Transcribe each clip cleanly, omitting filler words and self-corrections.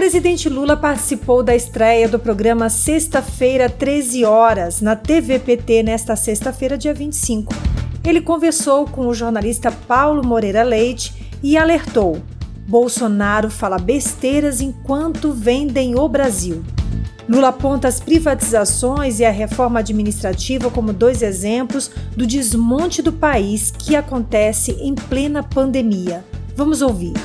presidente Lula participou da estreia do programa Sexta-feira, 13 horas, na TVPT, nesta sexta-feira, dia 25. Ele conversou com o jornalista Paulo Moreira Leite e alertou: Bolsonaro fala besteiras enquanto vendem o Brasil. Lula aponta as privatizações e a reforma administrativa como 2 exemplos do desmonte do país que acontece em plena pandemia. Vamos ouvir.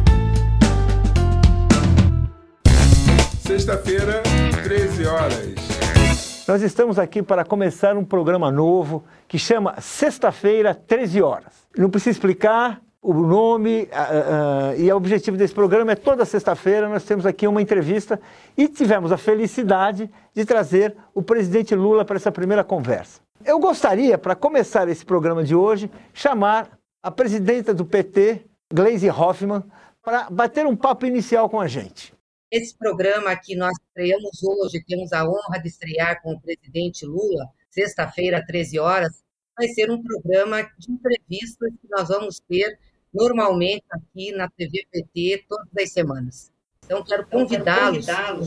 Sexta-feira, 13 horas. Nós estamos aqui para começar um programa novo que chama Sexta-feira, 13 horas. Não precisa explicar o nome e o objetivo desse programa é toda sexta-feira nós temos aqui uma entrevista e tivemos a felicidade de trazer o presidente Lula para essa primeira conversa. Eu gostaria, para começar esse programa de hoje, chamar a presidenta do PT, Gleisi Hoffmann, para bater um papo inicial com a gente. Esse programa que nós estreamos hoje, temos a honra de estrear com o presidente Lula, sexta-feira, 13 horas, vai ser um programa de entrevistas que nós vamos ter normalmente aqui na TVPT todas as semanas. Então, quero convidá-las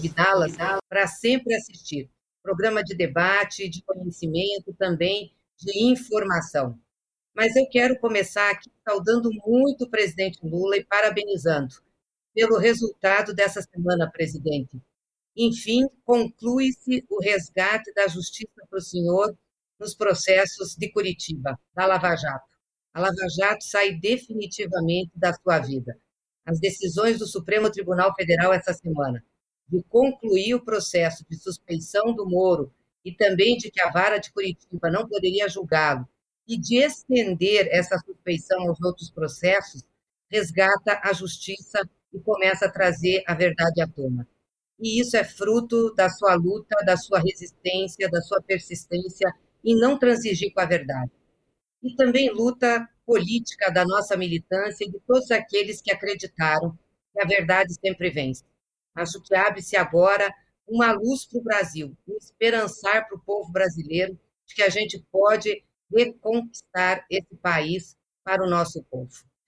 para sempre assistir. Programa de debate, de conhecimento, também de informação. Mas eu quero começar aqui saudando muito o presidente Lula e parabenizando pelo resultado dessa semana, presidente. Enfim, conclui-se o resgate da justiça para o senhor nos processos de Curitiba, da Lava Jato. A Lava Jato sai definitivamente da sua vida. As decisões do Supremo Tribunal Federal essa semana de concluir o processo de suspeição do Moro e também de que a vara de Curitiba não poderia julgá-lo e de estender essa suspeição aos outros processos, resgata a justiça e começa a trazer a verdade à tona. E isso é fruto da sua luta, da sua resistência, da sua persistência em não transigir com a verdade. E também luta política da nossa militância e de todos aqueles que acreditaram que a verdade sempre vence. Acho que abre-se agora uma luz para o Brasil, um esperançar para o povo brasileiro de que a gente pode reconquistar esse país para o nosso povo.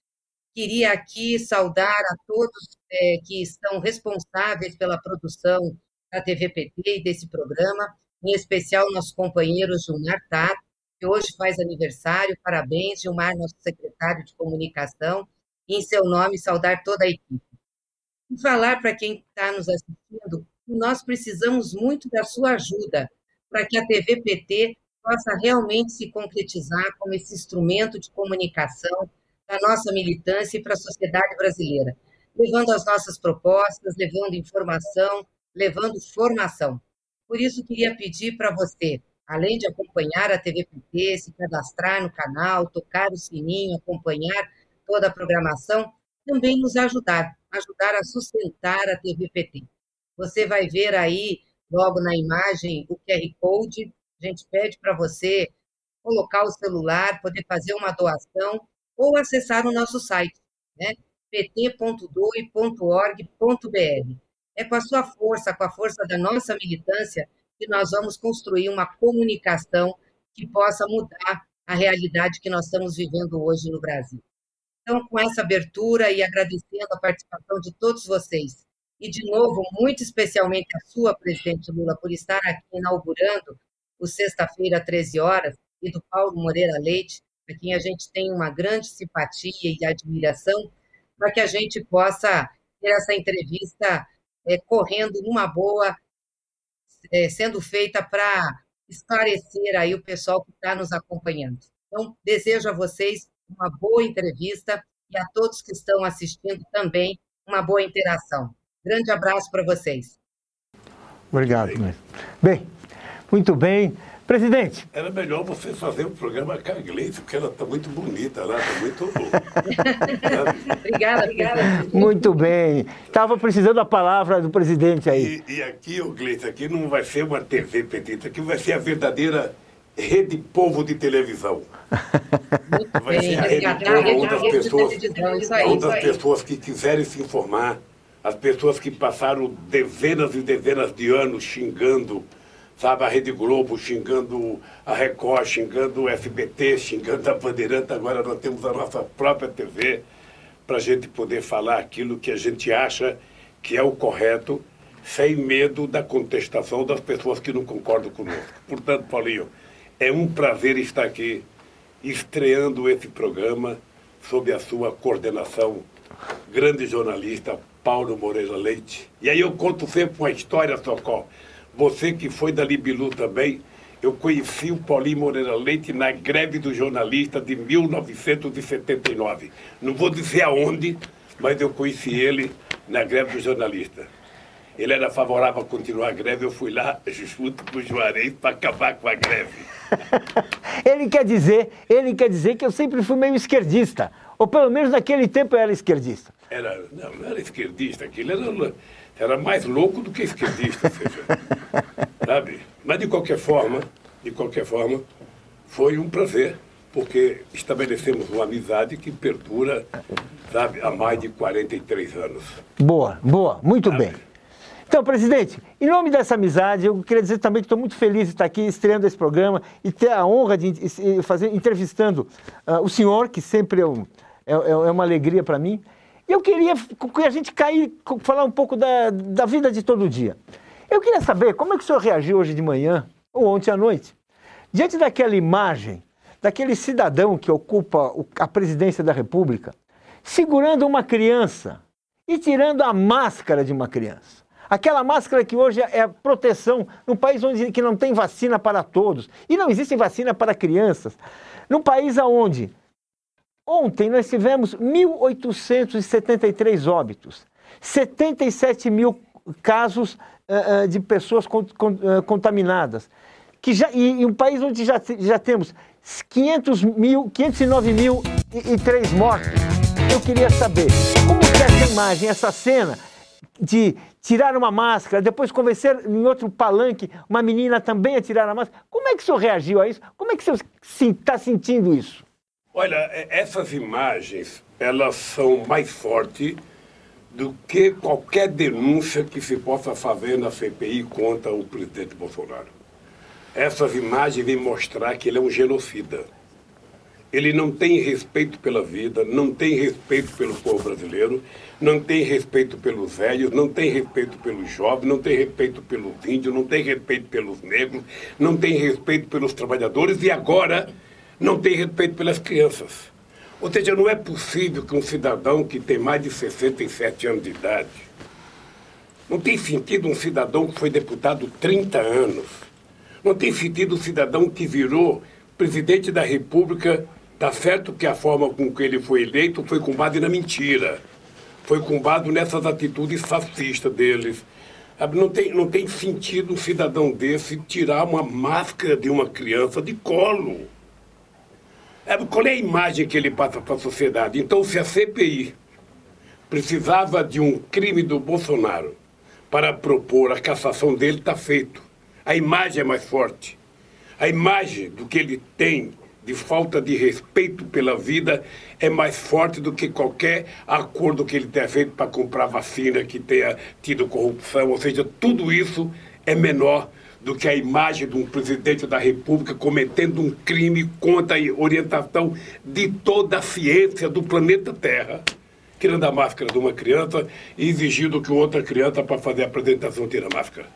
Queria aqui saudar a todos que estão responsáveis pela produção da TVPT e desse programa, em especial nosso companheiro Gilmar Tato, que hoje faz aniversário. Parabéns, Gilmar, nosso secretário de comunicação, e em seu nome saudar toda a equipe. E falar para quem está nos assistindo que nós precisamos muito da sua ajuda para que a TVPT possa realmente se concretizar como esse instrumento de comunicação da nossa militância e para a sociedade brasileira, levando as nossas propostas, levando informação, levando formação. Por isso, queria pedir para você, além de acompanhar a TVPT, se cadastrar no canal, tocar o sininho, acompanhar toda a programação, também nos ajudar a sustentar a TVPT. Você vai ver aí, logo na imagem, o QR Code. A gente pede para você colocar o celular, poder fazer uma doação, ou acessar o nosso site, né? pt.doe.org.br. É com a sua força, com a força da nossa militância, que nós vamos construir uma comunicação que possa mudar a realidade que nós estamos vivendo hoje no Brasil. Então, com essa abertura e agradecendo a participação de todos vocês, e, de novo, muito especialmente a sua, presidente Lula, por estar aqui inaugurando o Sexta-feira, 13 horas, e do Paulo Moreira Leite, a quem a gente tem uma grande simpatia e admiração, para que a gente possa ter essa entrevista correndo numa boa, sendo feita para esclarecer aí o pessoal que está nos acompanhando. Então, desejo a vocês uma boa entrevista e a todos que estão assistindo também uma boa interação. Grande abraço para vocês. Obrigado. Bem, muito bem. Presidente. Era melhor você fazer um programa com a Gleisi, porque ela está muito bonita lá, está muito... Obrigada. Muito bem. Estava precisando da palavra do presidente aí. E aqui, Gleisi, aqui não vai ser uma TV petita, aqui vai ser a verdadeira Rede Povo de televisão. Vai ser a Rede Povo, onde as pessoas que quiserem se informar, as pessoas que passaram dezenas e dezenas de anos xingando, sabe, a Rede Globo, xingando a Record, xingando o SBT, xingando a Bandeirante. Agora nós temos a nossa própria TV para a gente poder falar aquilo que a gente acha que é o correto, sem medo da contestação das pessoas que não concordam conosco. Portanto, Paulinho, é um prazer estar aqui, estreando esse programa, sob a sua coordenação, grande jornalista Paulo Moreira Leite. E aí eu conto sempre uma história, Socó. Você que foi da Libilu também, eu conheci o Paulinho Moreira Leite na greve do jornalista de 1979. Não vou dizer aonde, mas eu conheci ele na greve do jornalista. Ele era favorável a continuar a greve, eu fui lá junto com o Juarez para acabar com a greve. Ele quer dizer que eu sempre fui meio esquerdista. Ou pelo menos naquele tempo eu era esquerdista. Não era esquerdista, aquilo era mais louco do que esquerdista, sabe? Mas de qualquer forma, foi um prazer, porque estabelecemos uma amizade que perdura, sabe, há mais de 43 anos. Boa, muito bem. Então, presidente, em nome dessa amizade, eu queria dizer também que estou muito feliz de estar aqui estreando esse programa e ter a honra de entrevistando o senhor, que sempre é uma alegria para mim. E eu queria que a gente falar um pouco da vida de todo dia. Eu queria saber como é que o senhor reagiu hoje de manhã, ou ontem à noite, diante daquela imagem, daquele cidadão que ocupa a presidência da República, segurando uma criança e tirando a máscara de uma criança. Aquela máscara que hoje é a proteção num país que não tem vacina para todos e não existe vacina para crianças. Num país onde ontem nós tivemos 1.873 óbitos, 77 mil casos de pessoas contaminadas. E um país onde já temos 509.003 mortes. Eu queria saber como que é essa imagem, essa cena de tirar uma máscara, depois convencer em outro palanque uma menina também a tirar a máscara. Como é que o senhor reagiu a isso? Como é que o senhor está sentindo isso? Olha, essas imagens, elas são mais fortes do que qualquer denúncia que se possa fazer na CPI contra o presidente Bolsonaro. Essas imagens vêm mostrar que ele é um genocida. Ele não tem respeito pela vida, não tem respeito pelo povo brasileiro, não tem respeito pelos velhos, não tem respeito pelos jovens, não tem respeito pelos índios, não tem respeito pelos negros, não tem respeito pelos trabalhadores e agora não tem respeito pelas crianças. Ou seja, não é possível que um cidadão que tem mais de 67 anos de idade, não tem sentido um cidadão que foi deputado 30 anos, não tem sentido um cidadão que virou presidente da República. Tá certo que a forma com que ele foi eleito foi com base na mentira, foi com base nessas atitudes fascistas deles. Não tem sentido um cidadão desse tirar uma máscara de uma criança de colo. Qual é a imagem que ele passa para a sociedade? Então, se a CPI precisava de um crime do Bolsonaro para propor a cassação dele, está feito. A imagem é mais forte. A imagem do que ele tem de falta de respeito pela vida é mais forte do que qualquer acordo que ele tenha feito para comprar vacina, que tenha tido corrupção. Ou seja, tudo isso é menor do que a imagem de um presidente da República cometendo um crime contra a orientação de toda a ciência do planeta Terra, tirando a máscara de uma criança e exigindo que outra criança, para fazer a apresentação, tire a máscara.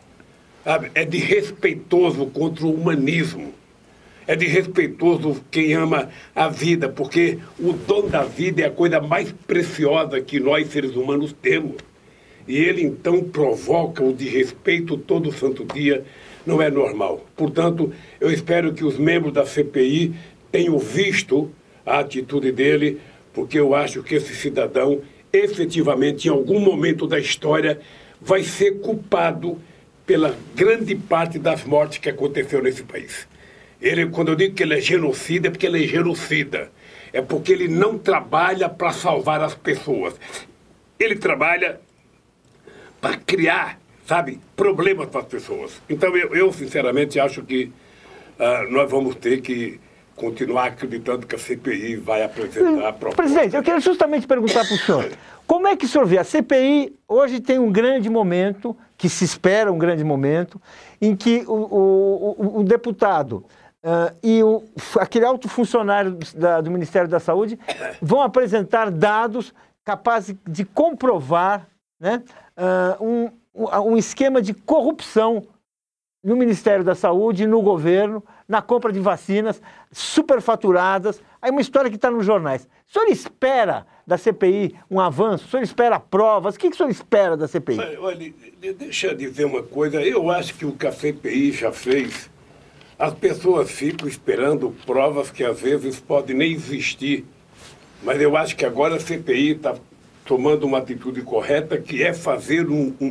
É desrespeitoso contra o humanismo. É desrespeitoso quem ama a vida, porque o dom da vida é a coisa mais preciosa que nós, seres humanos, temos. E ele, então, provoca o desrespeito todo santo dia. Não é normal. Portanto, eu espero que os membros da CPI tenham visto a atitude dele, porque eu acho que esse cidadão, efetivamente, em algum momento da história, vai ser culpado pela grande parte das mortes que aconteceu nesse país. Quando eu digo que ele é genocida, é porque ele é genocida. É porque ele não trabalha para salvar as pessoas. Ele trabalha para criar, sabe, problemas para as pessoas. Então, eu sinceramente, acho que nós vamos ter que continuar acreditando que a CPI vai apresentar a proposta. Presidente, eu queria justamente perguntar para o senhor, como é que o senhor vê? A CPI hoje tem um grande momento, que se espera um grande momento, em que o deputado e aquele alto funcionário do Ministério da Saúde vão apresentar dados capazes de comprovar né, um esquema de corrupção no Ministério da Saúde, no governo, na compra de vacinas superfaturadas. Aí uma história que está nos jornais. O senhor espera da CPI um avanço? O senhor espera provas? O que o senhor espera da CPI? Olha, deixa eu dizer uma coisa. Eu acho que o que a CPI já fez, as pessoas ficam esperando provas que às vezes podem nem existir. Mas eu acho que agora a CPI está tomando uma atitude correta, que é fazer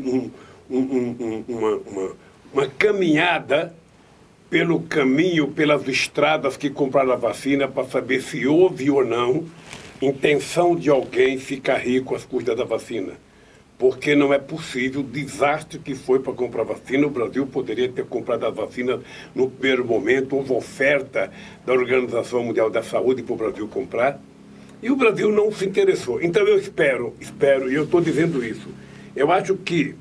uma caminhada pelo caminho, pelas estradas que compraram a vacina, para saber se houve ou não intenção de alguém ficar rico às custas da vacina. Porque não é possível o desastre que foi para comprar vacina. O Brasil poderia ter comprado a vacina no primeiro momento, houve oferta da Organização Mundial da Saúde para o Brasil comprar, e o Brasil não se interessou. Então eu espero, e eu estou dizendo isso, eu acho que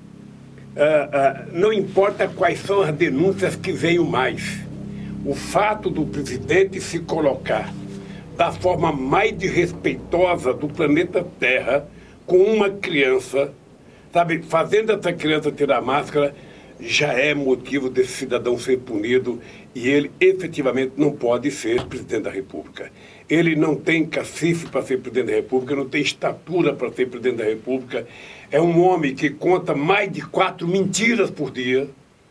não importa quais são as denúncias que venham mais, o fato do presidente se colocar da forma mais desrespeitosa do planeta Terra com uma criança, sabe, fazendo essa criança tirar a máscara, já é motivo desse cidadão ser punido, e ele efetivamente não pode ser presidente da República. Ele não tem cacife para ser presidente da República, não tem estatura para ser presidente da República. É um homem que conta mais de 4 mentiras por dia.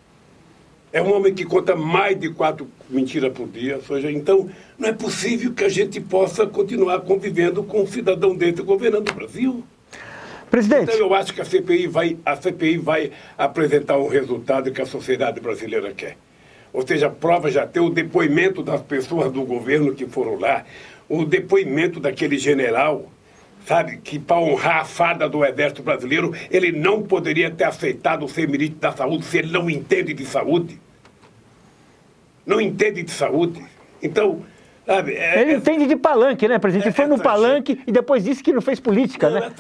É um homem que conta mais de 4 mentiras por dia. Ou seja, então, não é possível que a gente possa continuar convivendo com um cidadão desse governando o Brasil. Presidente. Então, eu acho que a CPI vai apresentar um resultado que a sociedade brasileira quer. Ou seja, a prova já tem o depoimento das pessoas do governo que foram lá, o depoimento daquele general, sabe, que para honrar a farda do Exército Brasileiro, ele não poderia ter aceitado ser ministro da Saúde se ele não entende de saúde. Não entende de saúde. Então, sabe... Ele entende de palanque, né, presidente? Ele foi no palanque e depois disse que não fez política, né?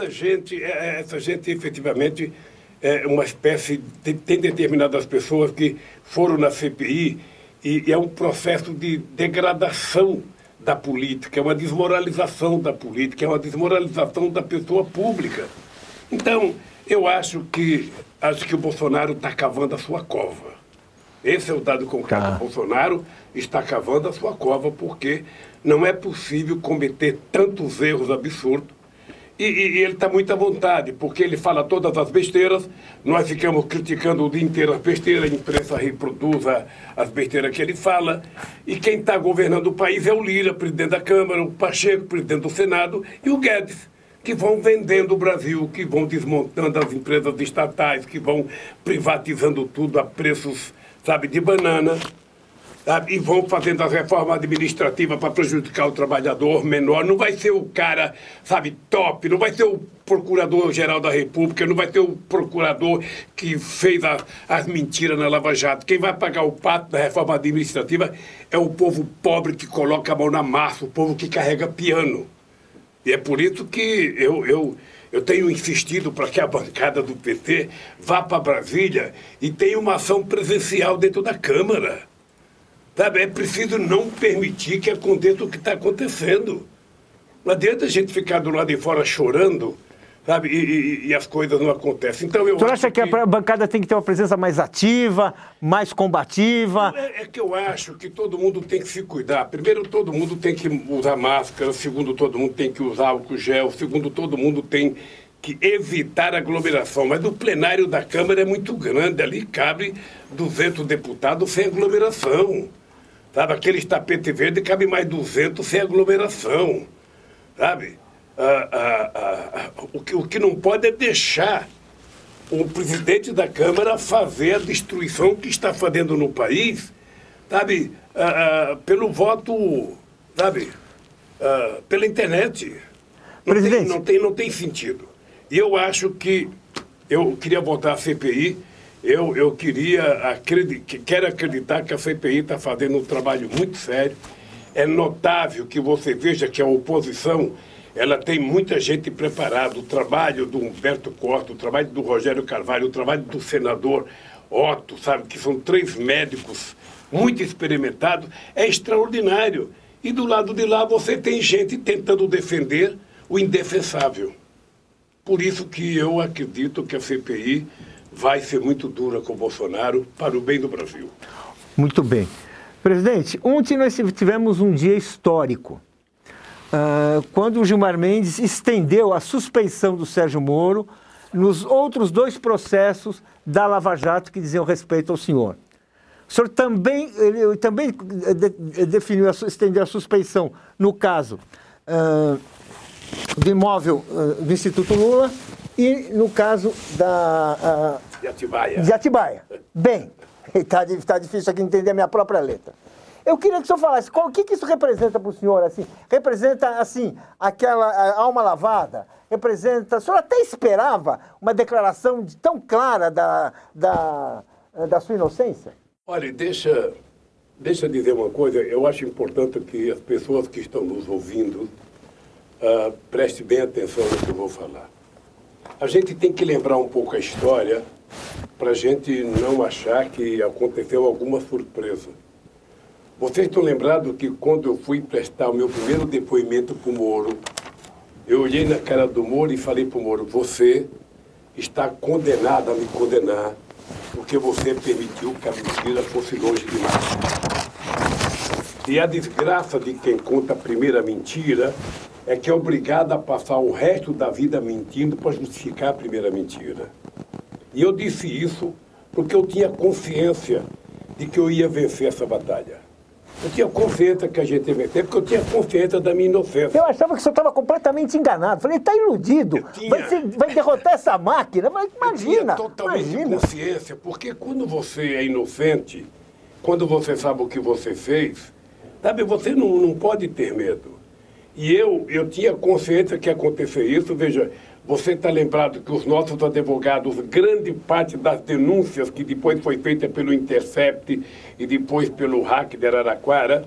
Essa gente efetivamente é uma espécie... Tem determinadas pessoas que foram na CPI e é um processo de degradação da política, é uma desmoralização da política, é uma desmoralização da pessoa pública. Então, eu acho que o Bolsonaro está cavando a sua cova. Esse é o dado concreto. O Bolsonaro está cavando a sua cova porque não é possível cometer tantos erros absurdos. E ele está muito à vontade, porque ele fala todas as besteiras, nós ficamos criticando o dia inteiro as besteiras, a imprensa reproduz as besteiras que ele fala, e quem está governando o país é o Lira, presidente da Câmara, o Pacheco, presidente do Senado, e o Guedes, que vão vendendo o Brasil, que vão desmontando as empresas estatais, que vão privatizando tudo a preços, sabe, de banana, sabe? E vão fazendo as reformas administrativas para prejudicar o trabalhador menor. Não vai ser o cara, sabe, top, não vai ser o procurador-geral da República, não vai ser o procurador que fez as mentiras na Lava Jato. Quem vai pagar o pato da reforma administrativa é o povo pobre que coloca a mão na massa, o povo que carrega piano. E é por isso que eu tenho insistido para que a bancada do PT vá para Brasília e tenha uma ação presencial dentro da Câmara. Sabe, é preciso não permitir que aconteça o que está acontecendo. Não adianta a gente ficar do lado de fora chorando, sabe, e as coisas não acontecem. Então, o senhor acha que a bancada tem que ter uma presença mais ativa, mais combativa? É que eu acho que todo mundo tem que se cuidar. Primeiro, todo mundo tem que usar máscara. Segundo, todo mundo tem que usar álcool gel. Segundo, todo mundo tem que evitar aglomeração. Mas o plenário da Câmara é muito grande. Ali cabe 200 deputados sem aglomeração. Sabe, aqueles tapete verde cabe mais 200 sem aglomeração. Sabe? O que não pode é deixar o presidente da Câmara fazer a destruição que está fazendo no país, sabe, pelo voto, sabe, pela internet. Presidente. Não tem sentido. E eu acho que eu queria voltar à CPI. Eu quero acreditar que a CPI está fazendo um trabalho muito sério. É notável que você veja que a oposição, ela tem muita gente preparada. O trabalho do Humberto Costa, o trabalho do Rogério Carvalho, o trabalho do senador Otto, sabe, que são 3 médicos muito experimentados, é extraordinário. E do lado de lá você tem gente tentando defender o indefensável. Por isso que eu acredito que a CPI vai ser muito dura com o Bolsonaro para o bem do Brasil. Muito bem. Presidente, ontem nós tivemos um dia histórico, quando o Gilmar Mendes estendeu a suspeição do Sérgio Moro nos outros 2 processos da Lava Jato que diziam respeito ao senhor. O senhor também estendeu a suspeição no caso do imóvel do Instituto Lula e no caso de Atibaia. Bem, está difícil aqui entender a minha própria letra. Eu queria que o senhor falasse, o que isso representa para o senhor? Assim? Representa, assim, aquela alma lavada? Representa... O senhor até esperava uma declaração tão clara da sua inocência? Olha, deixa eu dizer uma coisa. Eu acho importante que as pessoas que estão nos ouvindo prestem bem atenção no que eu vou falar. A gente tem que lembrar um pouco a história para a gente não achar que aconteceu alguma surpresa. Vocês estão lembrados que quando eu fui prestar o meu primeiro depoimento para o Moro, eu olhei na cara do Moro e falei para o Moro, você está condenado a me condenar porque você permitiu que a mentira fosse longe demais. E a desgraça de quem conta a primeira mentira é que é obrigado a passar o resto da vida mentindo para justificar a primeira mentira. E eu disse isso porque eu tinha consciência de que eu ia vencer essa batalha. Eu tinha consciência que a gente ia vencer, porque eu tinha consciência da minha inocência. Eu achava que o senhor estava completamente enganado. Falei, está iludido. Vai derrotar essa máquina. Mas imagina. Eu tinha totalmente consciência, porque quando você é inocente, quando você sabe o que você fez, sabe, você não pode ter medo. E eu tinha consciência que ia acontecer isso. Veja, você está lembrado que os nossos advogados, grande parte das denúncias que depois foi feita pelo Intercept e depois pelo hack de Araraquara,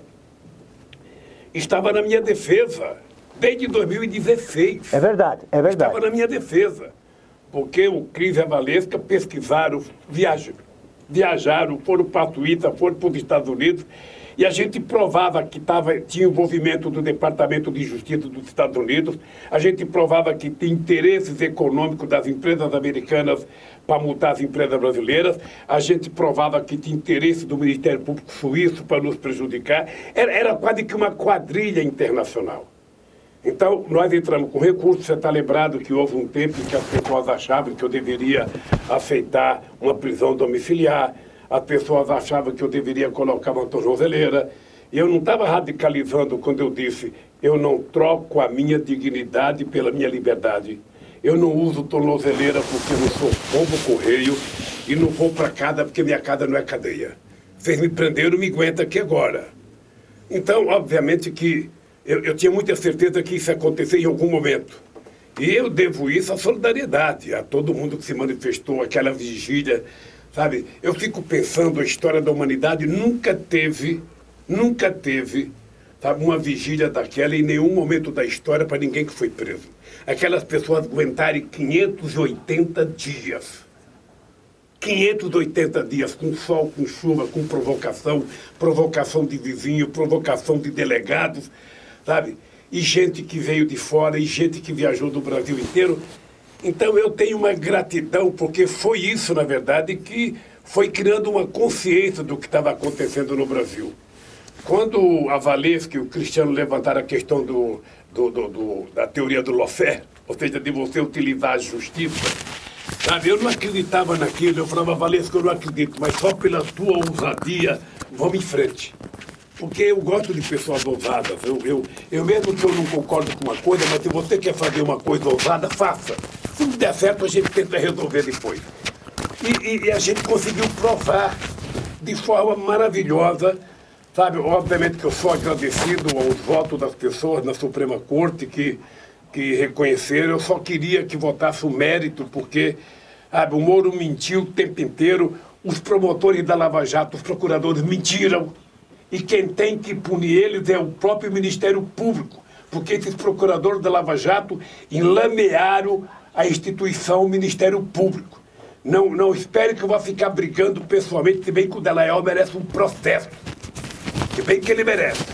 estava na minha defesa, desde 2016. É verdade. Estava na minha defesa, porque o Cris e a Valesca pesquisaram, viajaram, foram para a Suíça, foram para os Estados Unidos, e a gente provava que tinha envolvimento do Departamento de Justiça dos Estados Unidos, a gente provava que tinha interesses econômicos das empresas americanas para multar as empresas brasileiras, a gente provava que tinha interesse do Ministério Público Suíço para nos prejudicar, era quase que uma quadrilha internacional. Então, nós entramos com recursos. Você está lembrado que houve um tempo em que as pessoas achavam que eu deveria aceitar uma prisão domiciliar, as pessoas achavam que eu deveria colocar uma tornozeleira. E eu não estava radicalizando quando eu disse, eu não troco a minha dignidade pela minha liberdade. Eu não uso tornozeleira porque eu não sou pombo-correio e não vou para casa porque minha casa não é cadeia. Vocês me prenderam, me aguentam aqui agora. Então, obviamente que eu tinha muita certeza que isso ia acontecer em algum momento. E eu devo isso à solidariedade, a todo mundo que se manifestou, aquela vigília. Sabe, eu fico pensando, a história da humanidade nunca teve, sabe, uma vigília daquela em nenhum momento da história para ninguém que foi preso. Aquelas pessoas aguentarem 580 dias. 580 dias, com sol, com chuva, com provocação de vizinho, provocação de delegados, sabe? E gente que veio de fora, e gente que viajou do Brasil inteiro. Então, eu tenho uma gratidão, porque foi isso, na verdade, que foi criando uma consciência do que estava acontecendo no Brasil. Quando a Valesca e o Cristiano levantaram a questão da teoria do lawfare, ou seja, de você utilizar a justiça, sabe, eu não acreditava naquilo. Eu falava, Valesca, eu não acredito, mas só pela tua ousadia, vamos em frente. Porque eu gosto de pessoas ousadas. Eu mesmo que eu não concordo com uma coisa, mas se você quer fazer uma coisa ousada, faça. Se não der certo, a gente tenta resolver depois. E a gente conseguiu provar de forma maravilhosa, sabe? Obviamente que eu sou agradecido aos votos das pessoas na Suprema Corte que reconheceram. Eu só queria que votasse o mérito, porque, sabe, o Moro mentiu o tempo inteiro, os promotores da Lava Jato, os procuradores mentiram, e quem tem que punir eles é o próprio Ministério Público, porque esses procuradores da Lava Jato enlamearam a instituição Ministério Público. Não espere que eu vá ficar brigando pessoalmente, se bem que o Dallagnol merece um processo, se bem que ele merece.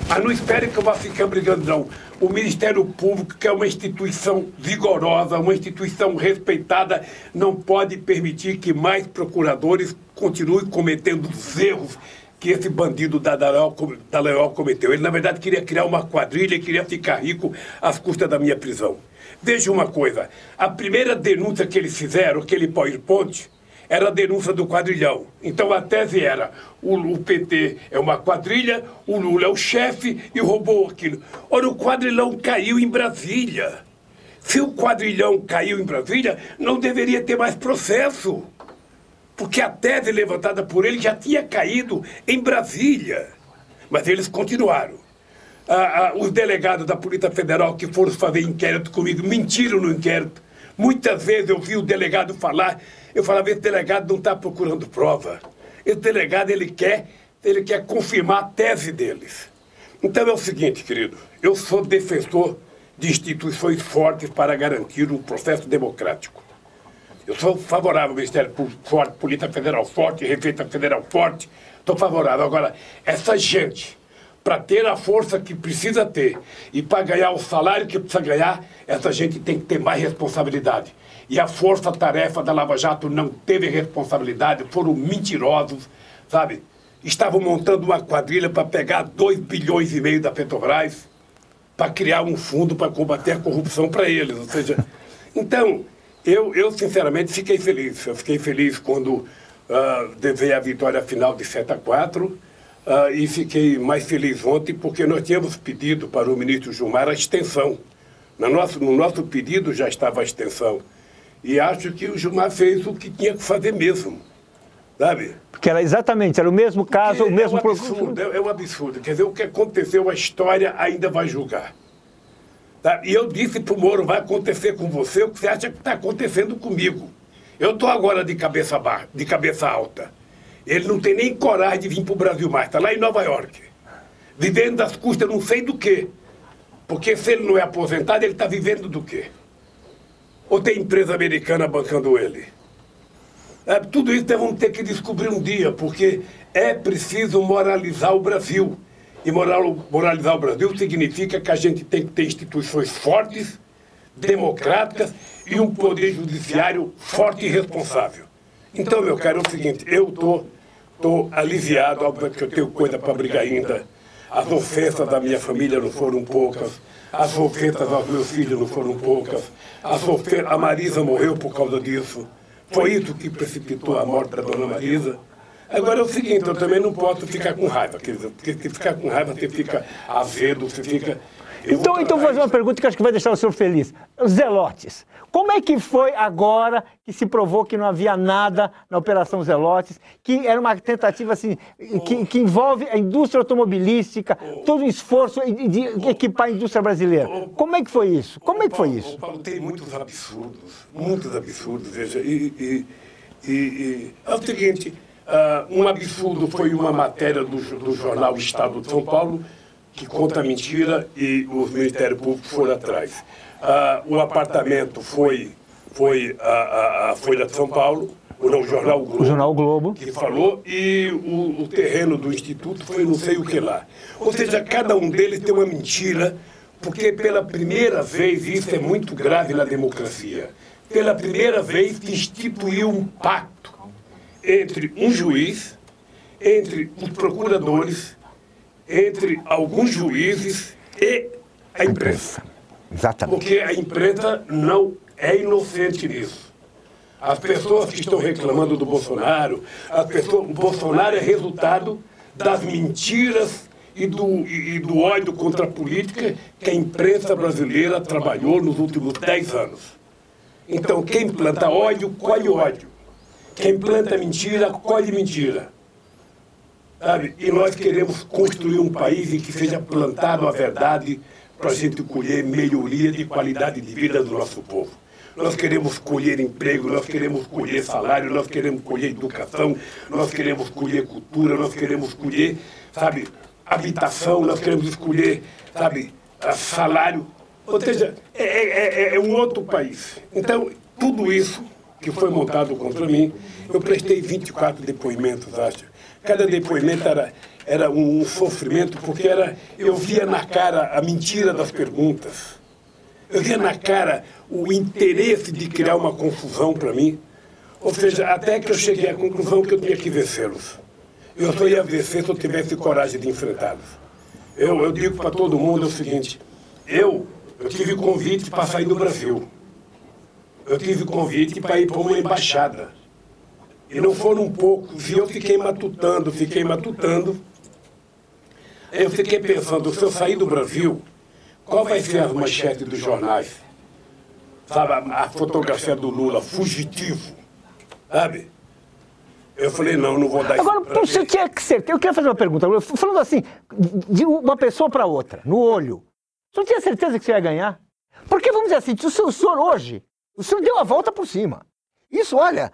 Mas não espere que eu vá ficar brigando, não. O Ministério Público, que é uma instituição vigorosa, uma instituição respeitada, não pode permitir que mais procuradores continuem cometendo os erros que esse bandido da Dallagnol cometeu. Ele, na verdade, queria criar uma quadrilha e queria ficar rico às custas da minha prisão. Veja uma coisa, a primeira denúncia que eles fizeram, aquele PowerPoint, era a denúncia do quadrilhão. Então a tese era, o PT é uma quadrilha, o Lula é o chefe e roubou aquilo. Ora, o quadrilhão caiu em Brasília. Se o quadrilhão caiu em Brasília, não deveria ter mais processo. Porque a tese levantada por ele já tinha caído em Brasília. Mas eles continuaram. Os delegados da Polícia Federal que foram fazer inquérito comigo mentiram no inquérito. Muitas vezes eu vi o delegado falar, eu falava, esse delegado não está procurando prova. Esse delegado, ele quer confirmar a tese deles. Então é o seguinte, querido, eu sou defensor de instituições fortes para garantir um processo democrático. Eu sou favorável ao Ministério Público forte, Polícia Federal forte, Receita Federal forte, estou favorável. Agora, essa gente, para ter a força que precisa ter e para ganhar o salário que precisa ganhar, essa gente tem que ter mais responsabilidade. E a força-tarefa da Lava Jato não teve responsabilidade, foram mentirosos, sabe? Estavam montando uma quadrilha para pegar 2,5 bilhões da Petrobras para criar um fundo para combater a corrupção para eles. Ou seja, então, eu sinceramente fiquei feliz. Eu fiquei feliz quando veio a vitória final de 7-4. E fiquei mais feliz ontem porque nós tínhamos pedido para o ministro Gilmar a extensão. No nosso pedido já estava a extensão. E acho que o Gilmar fez o que tinha que fazer mesmo, sabe? Porque era o mesmo caso, o mesmo... É um absurdo. Quer dizer, o que aconteceu, a história ainda vai julgar. Tá? E eu disse para o Moro, vai acontecer com você o que você acha que está acontecendo comigo. Eu estou agora de cabeça alta. Ele não tem nem coragem de vir para o Brasil mais. Está lá em Nova York. Vivendo das custas não sei do quê. Porque se ele não é aposentado, ele está vivendo do quê? Ou tem empresa americana bancando ele? Tudo isso nós vamos ter que descobrir um dia, porque é preciso moralizar o Brasil. E moralizar o Brasil significa que a gente tem que ter instituições fortes, democráticas e um poder judiciário forte e responsável. Então, meu caro, é o seguinte, eu estou aliviado, óbvio que eu tenho coisa para brigar ainda. As ofensas da minha família não foram poucas, as ofensas aos meus filhos não foram poucas, a Marisa morreu por causa disso. Foi isso que precipitou a morte da dona Marisa. Agora é o seguinte, eu também não posso ficar com raiva, quer dizer, porque se ficar com raiva você fica azedo, você fica... Então vou fazer uma pergunta que acho que vai deixar o senhor feliz. Os Zelotes. Como é que foi agora que se provou que não havia nada na Operação Zelotes, que era uma tentativa assim, que envolve a indústria automobilística, todo o esforço de equipar a indústria brasileira? Como é que foi isso? Como é que foi isso? Paulo, tem muitos absurdos, veja, é o seguinte, um absurdo foi uma matéria do jornal Estado de São Paulo, que conta mentira e o Ministério Público foram atrás. O apartamento foi a Folha de São Paulo, o Jornal Globo, que falou, e o terreno do Instituto foi não sei o que lá. Ou seja, cada um deles tem uma mentira, porque pela primeira vez, isso é muito grave na democracia, pela primeira vez se instituiu um pacto entre um juiz, entre os procuradores, entre alguns juízes e a imprensa. Exatamente. Porque a imprensa não é inocente nisso. As pessoas que estão reclamando do Bolsonaro, o Bolsonaro é resultado das mentiras e do ódio contra a política que a imprensa brasileira trabalhou nos últimos 10 anos. Então, quem planta ódio, colhe ódio. Quem planta mentira, colhe mentira. Sabe? E nós queremos construir um país em que seja plantado a verdade para a gente colher melhoria de qualidade de vida do nosso povo. Nós queremos colher emprego, nós queremos colher salário, nós queremos colher educação, nós queremos colher cultura, nós queremos colher, sabe, habitação, nós queremos escolher, sabe, salário. Ou seja, é um outro país. Então, tudo isso que foi montado contra mim, eu prestei 24 depoimentos, acho. Cada depoimento era um sofrimento, porque eu via na cara a mentira das perguntas. Eu via na cara o interesse de criar uma confusão para mim. Ou seja, até que eu cheguei à conclusão que eu tinha que vencê-los. Eu só ia vencer se eu tivesse coragem de enfrentá-los. Eu digo para todo mundo o seguinte, eu tive convite para sair do Brasil. Eu tive convite para ir para uma embaixada. E não foram poucos, e eu fiquei matutando. Eu fiquei pensando, se eu sair do Brasil, qual vai ser as manchetes dos jornais? Sabe, a fotografia do Lula, fugitivo, sabe? Eu falei, não vou dar isso. Agora, você tinha que ser. Eu quero fazer uma pergunta. Falando assim, de uma pessoa para outra, no olho. Você não tinha certeza que você ia ganhar? Porque, vamos dizer assim, o senhor hoje, o senhor deu a volta por cima. Isso, olha,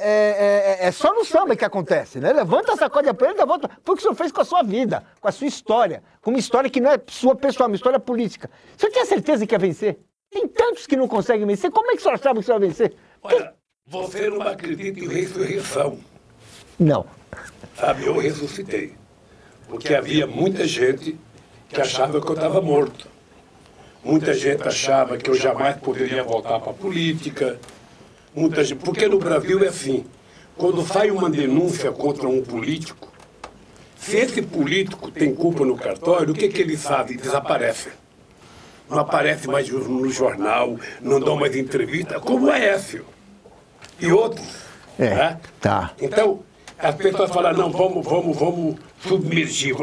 é só no samba que acontece, né? Levanta, sacode a poeira e dá a volta. Foi o que o senhor fez com a sua vida, com a sua história. Com uma história que não é sua pessoal, uma história política. O senhor tinha certeza que ia vencer? Tem tantos que não conseguem vencer. Como é que o senhor achava que o senhor ia vencer? Olha, você não acredita em ressurreição. Não. Sabe, eu ressuscitei. Porque havia muita gente que achava que eu estava morto. Muita gente achava que eu jamais poderia voltar para a política. Muita gente, porque no Brasil é assim. Quando sai uma denúncia contra um político, se esse político tem culpa no cartório, o que eles fazem? Desaparecem. Não aparece mais no jornal, não dão mais entrevista, como é Écio. E outros. Né? Tá. Então, as pessoas falam, não, vamos submergir,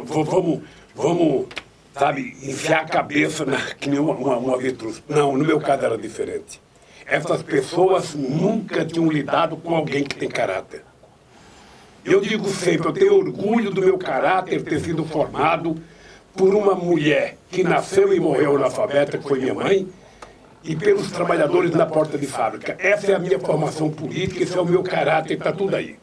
vamos, sabe, enfiar a cabeça que nem uma avestruz. Não, no meu caso era diferente. Essas pessoas nunca tinham lidado com alguém que tem caráter. Eu digo sempre, eu tenho orgulho do meu caráter ter sido formado por uma mulher que nasceu e morreu analfabeta, que foi minha mãe, e pelos trabalhadores na porta de fábrica. Essa é a minha formação política, esse é o meu caráter, está tudo aí.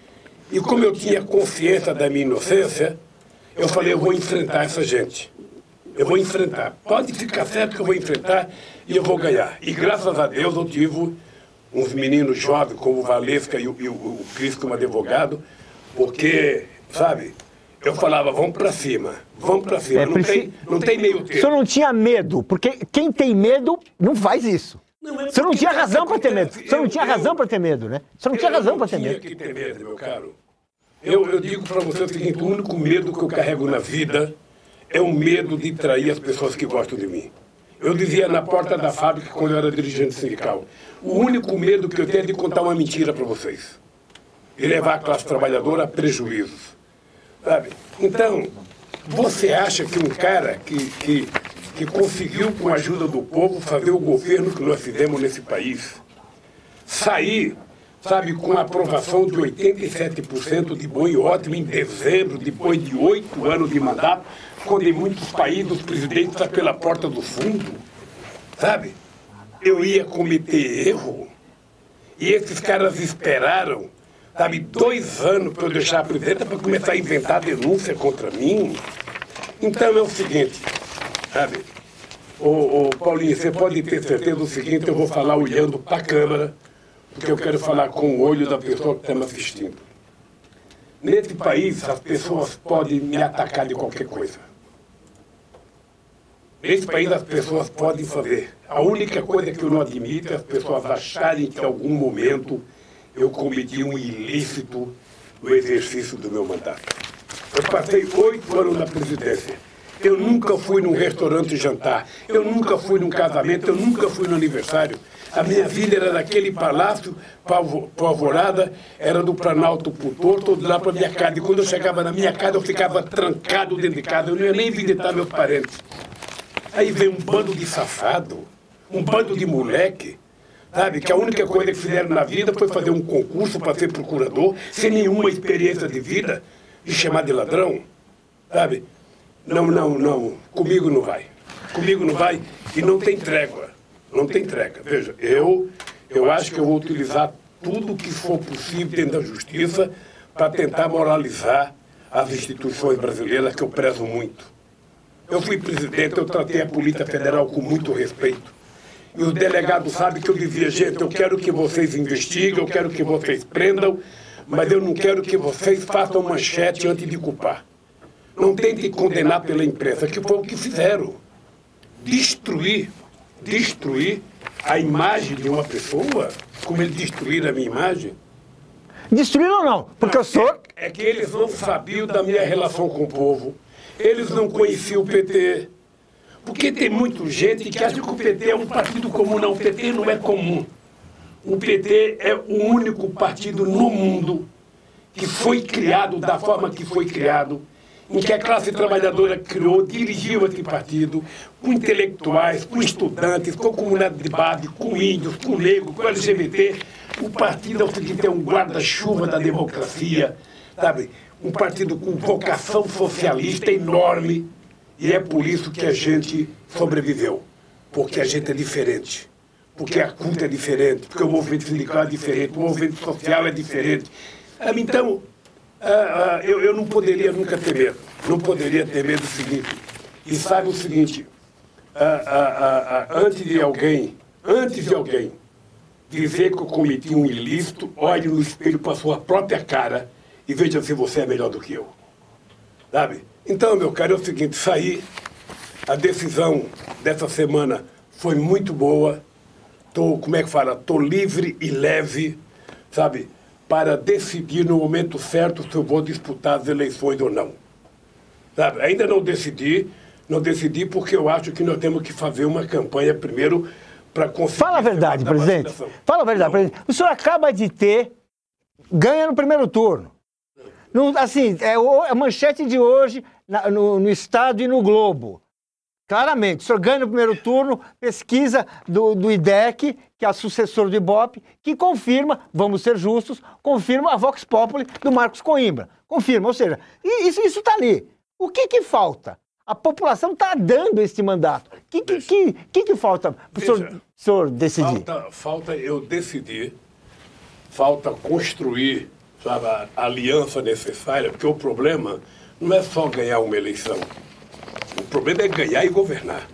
E como eu tinha consciência da minha inocência, eu falei, eu vou enfrentar essa gente. Eu vou enfrentar. Pode ficar certo que eu vou enfrentar e eu vou ganhar. E graças a Deus eu tive uns meninos jovens, como o Valesca e o Cris, como advogado, porque, sabe, eu falava, vamos para cima, não tem meio termo. O senhor não tinha medo, porque quem tem medo não faz isso. Você não tinha razão para ter medo. Você não tinha razão para ter medo, né? Você não tinha razão para ter medo. Eu não tinha que ter medo, meu caro. Eu digo para você o seguinte, o único medo que eu carrego na vida é o medo de trair as pessoas que gostam de mim. Eu dizia na porta da fábrica, quando eu era dirigente sindical, o único medo que eu tenho é de contar uma mentira para vocês. E levar a classe trabalhadora a prejuízos. Sabe? Então, você acha que um cara que conseguiu, com a ajuda do povo, fazer o governo que nós fizemos nesse país, sair, sabe, com a aprovação de 87% de bom e ótimo em dezembro, depois de 8 anos de mandato, quando em muitos países os presidentes estão pela porta do fundo, sabe? Eu ia cometer erro. E esses caras esperaram, sabe, 2 anos para eu deixar a presidenta para começar a inventar denúncia contra mim. Então é o seguinte, sabe? Ô Paulinho, você pode ter certeza do seguinte, eu vou falar olhando para a câmera, porque eu quero falar com o olho da pessoa que está me assistindo. Nesse país, as pessoas podem me atacar de qualquer coisa. Nesse país, as pessoas podem fazer. A única coisa que eu não admito é as pessoas acharem que em algum momento eu cometi um ilícito no exercício do meu mandato. Eu passei 8 anos na presidência. Eu nunca fui num restaurante jantar. Eu nunca fui num casamento. Eu nunca fui no aniversário. A minha vida era daquele palácio para Alvorada, era do Planalto para o Porto, lá para minha casa. E quando eu chegava na minha casa, eu ficava trancado dentro de casa. Eu não ia nem visitar meus parentes. Aí vem um bando de safado, um bando de moleque, sabe, que a única coisa que fizeram na vida foi fazer um concurso para ser procurador, sem nenhuma experiência de vida, e chamar de ladrão, sabe? Não, comigo não vai. Comigo não vai e não tem trégua. Não tem trégua. Veja, eu acho que eu vou utilizar tudo o que for possível dentro da justiça para tentar moralizar as instituições brasileiras que eu prezo muito. Eu fui presidente, eu tratei a Polícia Federal com muito respeito. E os delegados sabem que eu dizia, gente, eu quero que vocês investiguem, eu quero que vocês prendam, mas eu não quero que vocês façam manchete antes de culpar. Não tentem condenar pela imprensa, que foi o que fizeram. Destruir a imagem de uma pessoa, como eles destruíram a minha imagem. Destruíram ou não? Porque eu sou... É que eles não sabiam da minha relação com o povo. Eles não conheciam o PT. Porque tem muita gente que acha que o PT é um partido comum. Não, o PT não é comum. O PT é o único partido no mundo que foi criado da forma que foi criado, em que a classe trabalhadora criou, dirigiu esse partido, com intelectuais, com estudantes, com comunidade de base, com índios, com negros, com LGBT. O partido é o seguinte, é um guarda-chuva da democracia, sabe? Um partido com vocação socialista enorme, e é por isso que a gente sobreviveu, porque a gente é diferente, porque a cultura é diferente, porque o movimento sindical é diferente, o movimento social é diferente. Então, eu não poderia nunca ter medo. Não poderia ter medo do seguinte. E sabe o seguinte, antes de alguém dizer que eu cometi um ilícito, olhe no espelho para a sua própria cara e veja se você é melhor do que eu. Sabe? Então, meu caro, é o seguinte, a decisão dessa semana foi muito boa. Estou livre e leve, sabe? Para decidir no momento certo se eu vou disputar as eleições ou não. Sabe? Ainda não decidi porque eu acho que nós temos que fazer uma campanha primeiro para conseguir... Fala a verdade, presidente. Fala a verdade, presidente. O senhor acaba de ganha no primeiro turno. Assim, é a manchete de hoje no Estado e no Globo. Claramente, o senhor ganha no primeiro turno, pesquisa do IDEC, que é a sucessora do Ibope, que confirma, vamos ser justos, confirma a Vox Populi do Marcos Coimbra. Confirma, ou seja, isso está ali. O que falta? A população está dando esse mandato. O que falta para o senhor decidir? Falta eu decidir, falta construir, sabe, a aliança necessária, porque o problema não é só ganhar uma eleição. O problema é ganhar e governar.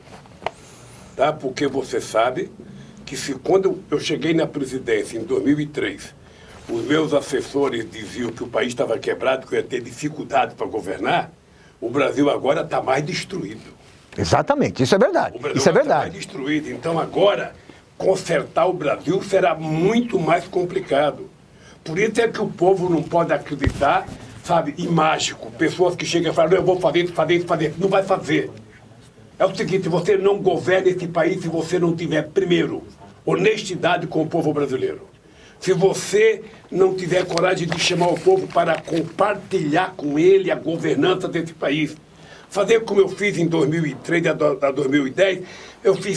Tá? Porque você sabe que quando eu cheguei na presidência em 2003, os meus assessores diziam que o país estava quebrado, que eu ia ter dificuldade para governar, o Brasil agora está mais destruído. Exatamente, isso é verdade. Isso é verdade. Está mais destruído. Então agora, consertar o Brasil será muito mais complicado. Por isso é que o povo não pode acreditar, sabe, em mágico. Pessoas que chegam e falam, eu vou fazer isso. Não vai fazer. É o seguinte, você não governa esse país se você não tiver, primeiro, honestidade com o povo brasileiro. Se você não tiver coragem de chamar o povo para compartilhar com ele a governança desse país. Fazer como eu fiz em 2003 a 2010, eu fiz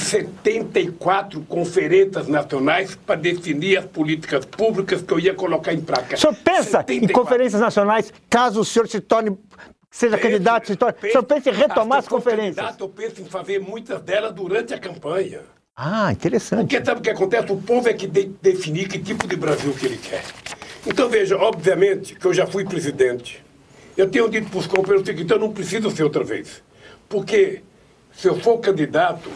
74 conferências nacionais para definir as políticas públicas que eu ia colocar em prática. O senhor pensa 74. Em conferências nacionais, caso o senhor seja candidato, o senhor pensa em retomar as conferências? Eu penso em fazer muitas delas durante a campanha. Ah, interessante. Porque sabe o que acontece? O povo é que definir que tipo de Brasil que ele quer. Então, veja, obviamente que eu já fui presidente. Eu tenho dito para os companheiros o seguinte, eu não preciso ser outra vez. Porque se eu for candidato,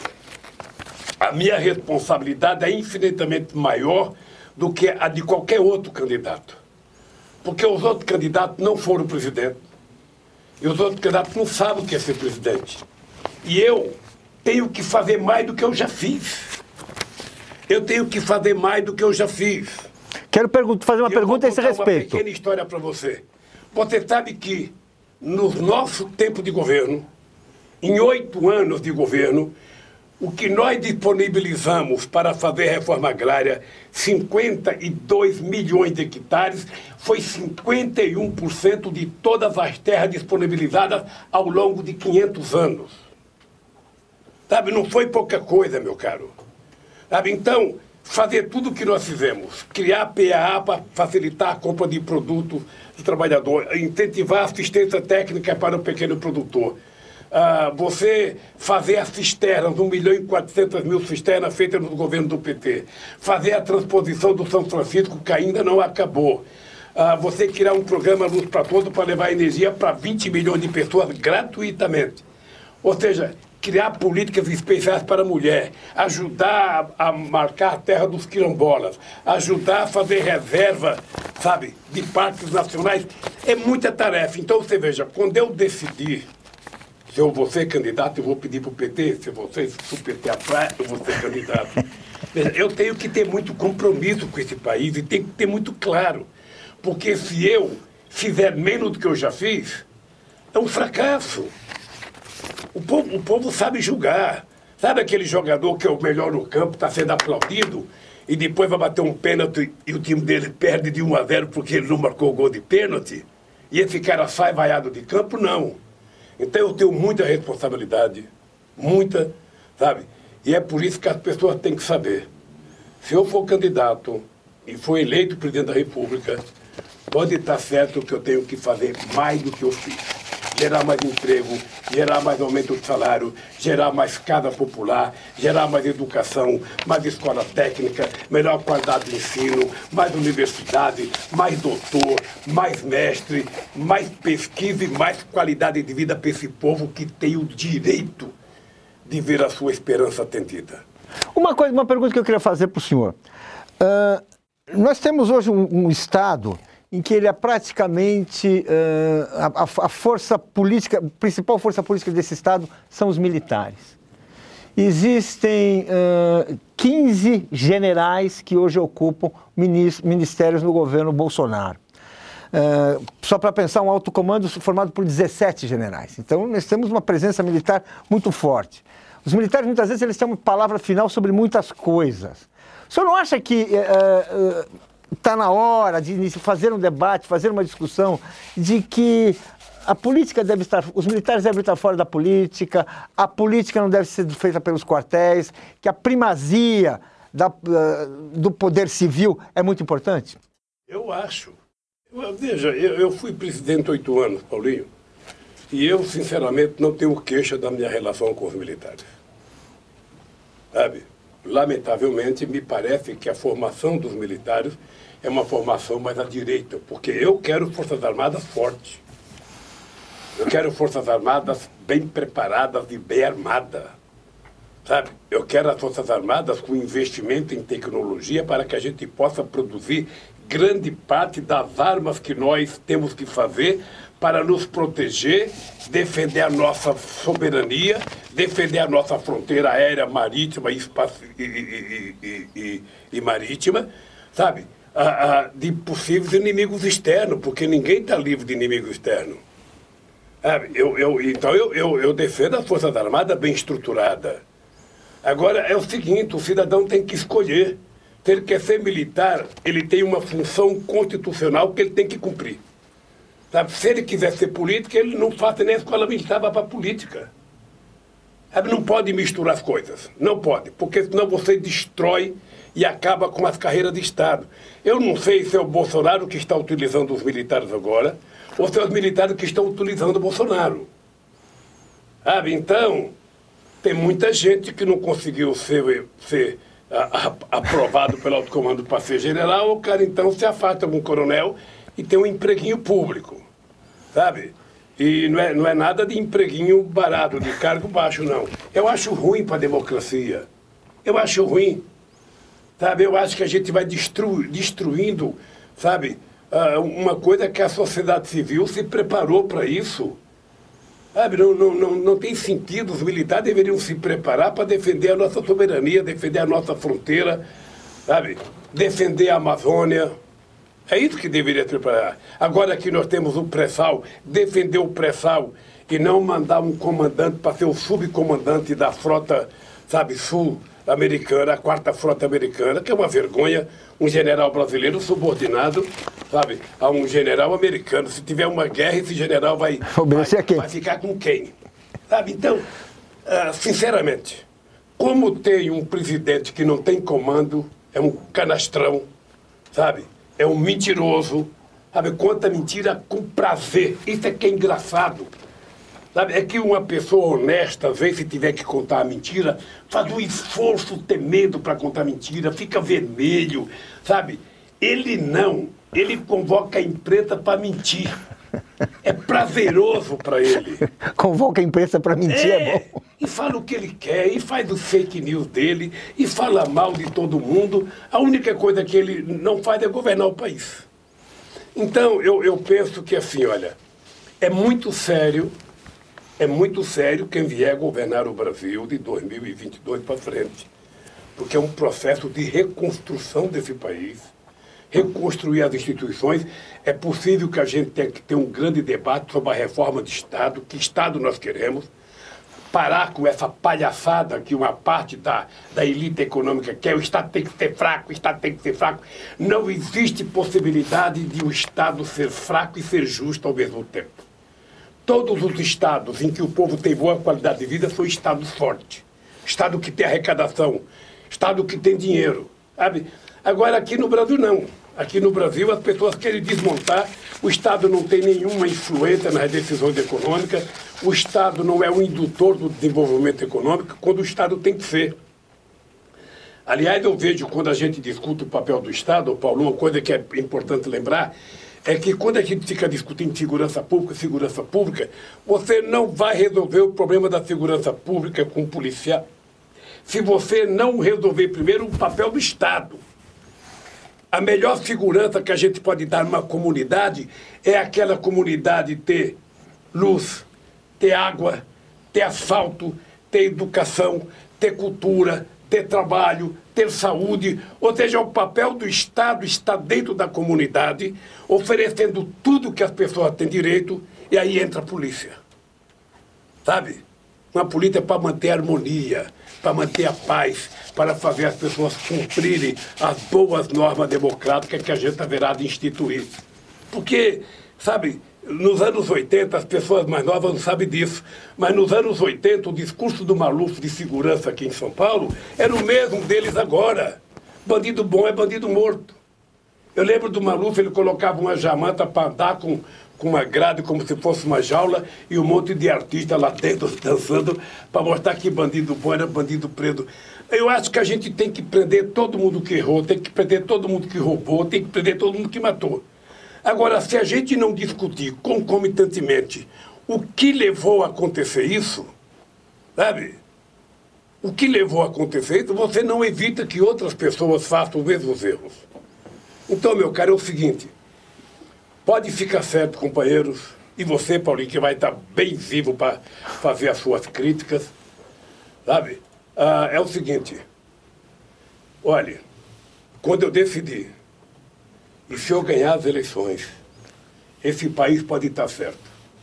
a minha responsabilidade é infinitamente maior do que a de qualquer outro candidato. Porque os outros candidatos não foram presidente. E os outros candidatos não sabem o que é ser presidente. E eu tenho que fazer mais do que eu já fiz. Eu tenho que fazer mais do que eu já fiz. Quero fazer uma pergunta a esse respeito. Uma pequena história para você. Você sabe que no nosso tempo de governo, em 8 anos de governo, o que nós disponibilizamos para fazer reforma agrária, 52 milhões de hectares, foi 51% de todas as terras disponibilizadas ao longo de 500 anos. Sabe, não foi pouca coisa, meu caro. Sabe, então, fazer tudo o que nós fizemos, criar PAA para facilitar a compra de produtos do trabalhador, incentivar a assistência técnica para o pequeno produtor, você fazer as cisternas, 1.400.000 cisternas feitas no governo do PT, fazer a transposição do São Francisco, que ainda não acabou, você criar um programa Luz para Todos para levar energia para 20 milhões de pessoas gratuitamente. Ou seja, criar políticas especiais para a mulher, ajudar a marcar a terra dos quilombolas, ajudar a fazer reserva, sabe, de parques nacionais, é muita tarefa. Então, você veja, quando eu decidir se eu vou ser candidato, eu vou pedir para o PT, se o PT apoiar, eu vou ser candidato. Veja, eu tenho que ter muito compromisso com esse país e tenho que ter muito claro, porque se eu fizer menos do que eu já fiz, é um fracasso. O povo sabe julgar. Sabe aquele jogador que é o melhor no campo, está sendo aplaudido, e depois vai bater um pênalti e o time dele perde de 1-0 porque ele não marcou o gol de pênalti? E esse cara sai vaiado de campo? Não. Então eu tenho muita responsabilidade, muita, sabe? E é por isso que as pessoas têm que saber. Se eu for candidato e for eleito presidente da República, pode estar certo que eu tenho que fazer mais do que eu fiz. Gerar mais emprego, gerar mais aumento de salário, gerar mais casa popular, gerar mais educação, mais escola técnica, melhor qualidade de ensino, mais universidade, mais doutor, mais mestre, mais pesquisa e mais qualidade de vida para esse povo que tem o direito de ver a sua esperança atendida. Uma pergunta que eu queria fazer para o senhor. Nós temos hoje um Estado em que ele é praticamente a força política, a principal força política desse Estado são os militares. Existem 15 generais que hoje ocupam ministérios no governo Bolsonaro. Só para pensar, um alto comando formado por 17 generais. Então, nós temos uma presença militar muito forte. Os militares, muitas vezes, eles têm uma palavra final sobre muitas coisas. O senhor não acha que está na hora de fazer um debate, fazer uma discussão de que a política deve estar, os militares devem estar fora da política, a política não deve ser feita pelos quartéis, que a primazia do poder civil é muito importante? Eu acho. Veja, eu fui presidente 8 anos, Paulinho, e eu, sinceramente, não tenho queixa da minha relação com os militares. Sabe? Lamentavelmente, me parece que a formação dos militares é uma formação mais à direita, porque eu quero Forças Armadas fortes. Eu quero Forças Armadas bem preparadas e bem armadas. Sabe? Eu quero as Forças Armadas com investimento em tecnologia para que a gente possa produzir grande parte das armas que nós temos que fazer para nos proteger, defender a nossa soberania, defender a nossa fronteira aérea, marítima e marítima, sabe? De possíveis inimigos externos, porque ninguém está livre de inimigo externo. Então eu defendo a Força Armada bem estruturada. Agora é o seguinte, o cidadão tem que escolher. Se ele quer ser militar, ele tem uma função constitucional que ele tem que cumprir. Sabe? Se ele quiser ser político, ele não faça nem a escola militar, vai para a política. Sabe? Não pode misturar as coisas. Não pode, porque senão você destrói e acaba com as carreiras de Estado. Eu não sei se é o Bolsonaro que está utilizando os militares agora, ou se é os militares que estão utilizando o Bolsonaro. Sabe? Então, tem muita gente que não conseguiu ser aprovado pelo alto comando para ser general, o cara então se afasta com um coronel e tem um empreguinho público, sabe? E não é nada de empreguinho barato, de cargo baixo, não. Eu acho ruim para a democracia. Eu acho ruim, sabe? Eu acho que a gente vai destruindo, sabe? Uma coisa que a sociedade civil se preparou para isso. Sabe, não tem sentido. Os militares deveriam se preparar para defender a nossa soberania, defender a nossa fronteira, sabe? Defender a Amazônia. É isso que deveria se preparar. Agora que nós temos o pré-sal, defender o pré-sal e não mandar um comandante para ser o subcomandante da frota, sabe, sul-americana, a 4ª Frota Americana, que é uma vergonha, um general brasileiro subordinado, sabe, a um general americano. Se tiver uma guerra, esse general vai ficar com quem? Sabe? Então, sinceramente, como tem um presidente que não tem comando, é um canastrão, sabe? É um mentiroso, sabe? Conta mentira com prazer. Isso é que é engraçado. Sabe? É que uma pessoa honesta, às vezes, se tiver que contar a mentira, faz um esforço tremendo para contar mentira, fica vermelho, sabe? Ele não. Ele convoca a imprensa para mentir. É prazeroso para ele. Convoca a imprensa para mentir, é bom. E fala o que ele quer, e faz o fake news dele, e fala mal de todo mundo. A única coisa que ele não faz é governar o país. Então, eu penso que assim, olha, é muito sério quem vier governar o Brasil de 2022 para frente, porque é um processo de reconstrução desse país, reconstruir as instituições. É possível que a gente tenha que ter um grande debate sobre a reforma de Estado, que Estado nós queremos, parar com essa palhaçada que uma parte da elite econômica quer. O Estado tem que ser fraco, o Estado tem que ser fraco. Não existe possibilidade de o Estado ser fraco e ser justo ao mesmo tempo. Todos os estados em que o povo tem boa qualidade de vida são estados fortes. Estado que tem arrecadação, estado que tem dinheiro, sabe? Agora, aqui no Brasil, não. Aqui no Brasil, as pessoas querem desmontar. O Estado não tem nenhuma influência nas decisões econômicas. O Estado não é o indutor do desenvolvimento econômico, quando o Estado tem que ser. Aliás, eu vejo, quando a gente discute o papel do Estado, Paulo, uma coisa que é importante lembrar, é que quando a gente fica discutindo segurança pública, você não vai resolver o problema da segurança pública com o policial se você não resolver primeiro o papel do Estado. A melhor segurança que a gente pode dar numa comunidade é aquela comunidade ter luz, ter água, ter asfalto, ter educação, ter cultura, ter trabalho, ter saúde. Ou seja, o papel do Estado está dentro da comunidade, oferecendo tudo que as pessoas têm direito, e aí entra a polícia. Sabe? Uma polícia para manter a harmonia, para manter a paz, para fazer as pessoas cumprirem as boas normas democráticas que a gente haverá de instituir. Porque, sabe, nos anos 80, as pessoas mais novas não sabem disso, mas nos anos 80, o discurso do Maluf de segurança aqui em São Paulo era o mesmo deles agora. Bandido bom é bandido morto. Eu lembro do Maluf, ele colocava uma jamanta para andar com uma grade como se fosse uma jaula e um monte de artistas lá dentro dançando para mostrar que bandido bom era bandido preto. Eu acho que a gente tem que prender todo mundo que errou, tem que prender todo mundo que roubou, tem que prender todo mundo que matou. Agora, se a gente não discutir concomitantemente o que levou a acontecer isso, sabe? O que levou a acontecer isso, você não evita que outras pessoas façam os mesmos erros. Então, meu caro, é o seguinte, pode ficar certo, companheiros, e você, Paulinho, que vai estar bem vivo para fazer as suas críticas, sabe? É o seguinte, olha, quando eu decidi, e se eu ganhar as eleições, esse país pode estar certo,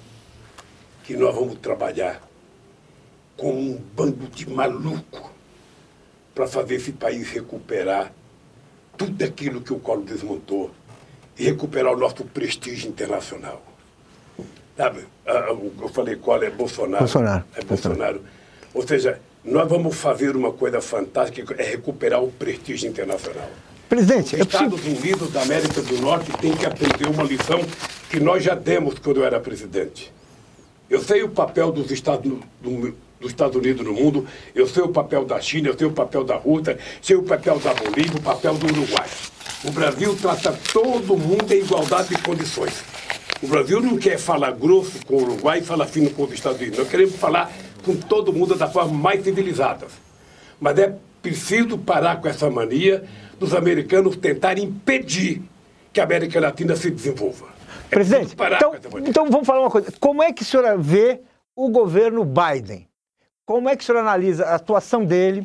que nós vamos trabalhar com um bando de maluco para fazer esse país recuperar tudo aquilo que o Collor desmontou e recuperar o nosso prestígio internacional. Sabe? Eu falei Collor, é Bolsonaro. É Bolsonaro. Ou seja, nós vamos fazer uma coisa fantástica, é recuperar o prestígio internacional. Presidente, os Estados Unidos da América do Norte têm que aprender uma lição que nós já demos quando eu era presidente. Eu sei o papel dos Estados Unidos no mundo, eu sei o papel da China, eu sei o papel da Rússia, sei o papel da Bolívia, o papel do Uruguai. O Brasil trata todo mundo em igualdade de condições. O Brasil não quer falar grosso com o Uruguai e falar fino com os Estados Unidos. Nós queremos falar com todo mundo da forma mais civilizada. Mas é preciso parar com essa mania dos americanos tentarem impedir que a América Latina se desenvolva. Presidente, então vamos falar uma coisa. Como é que o senhor vê o governo Biden? Como é que o senhor analisa a atuação dele?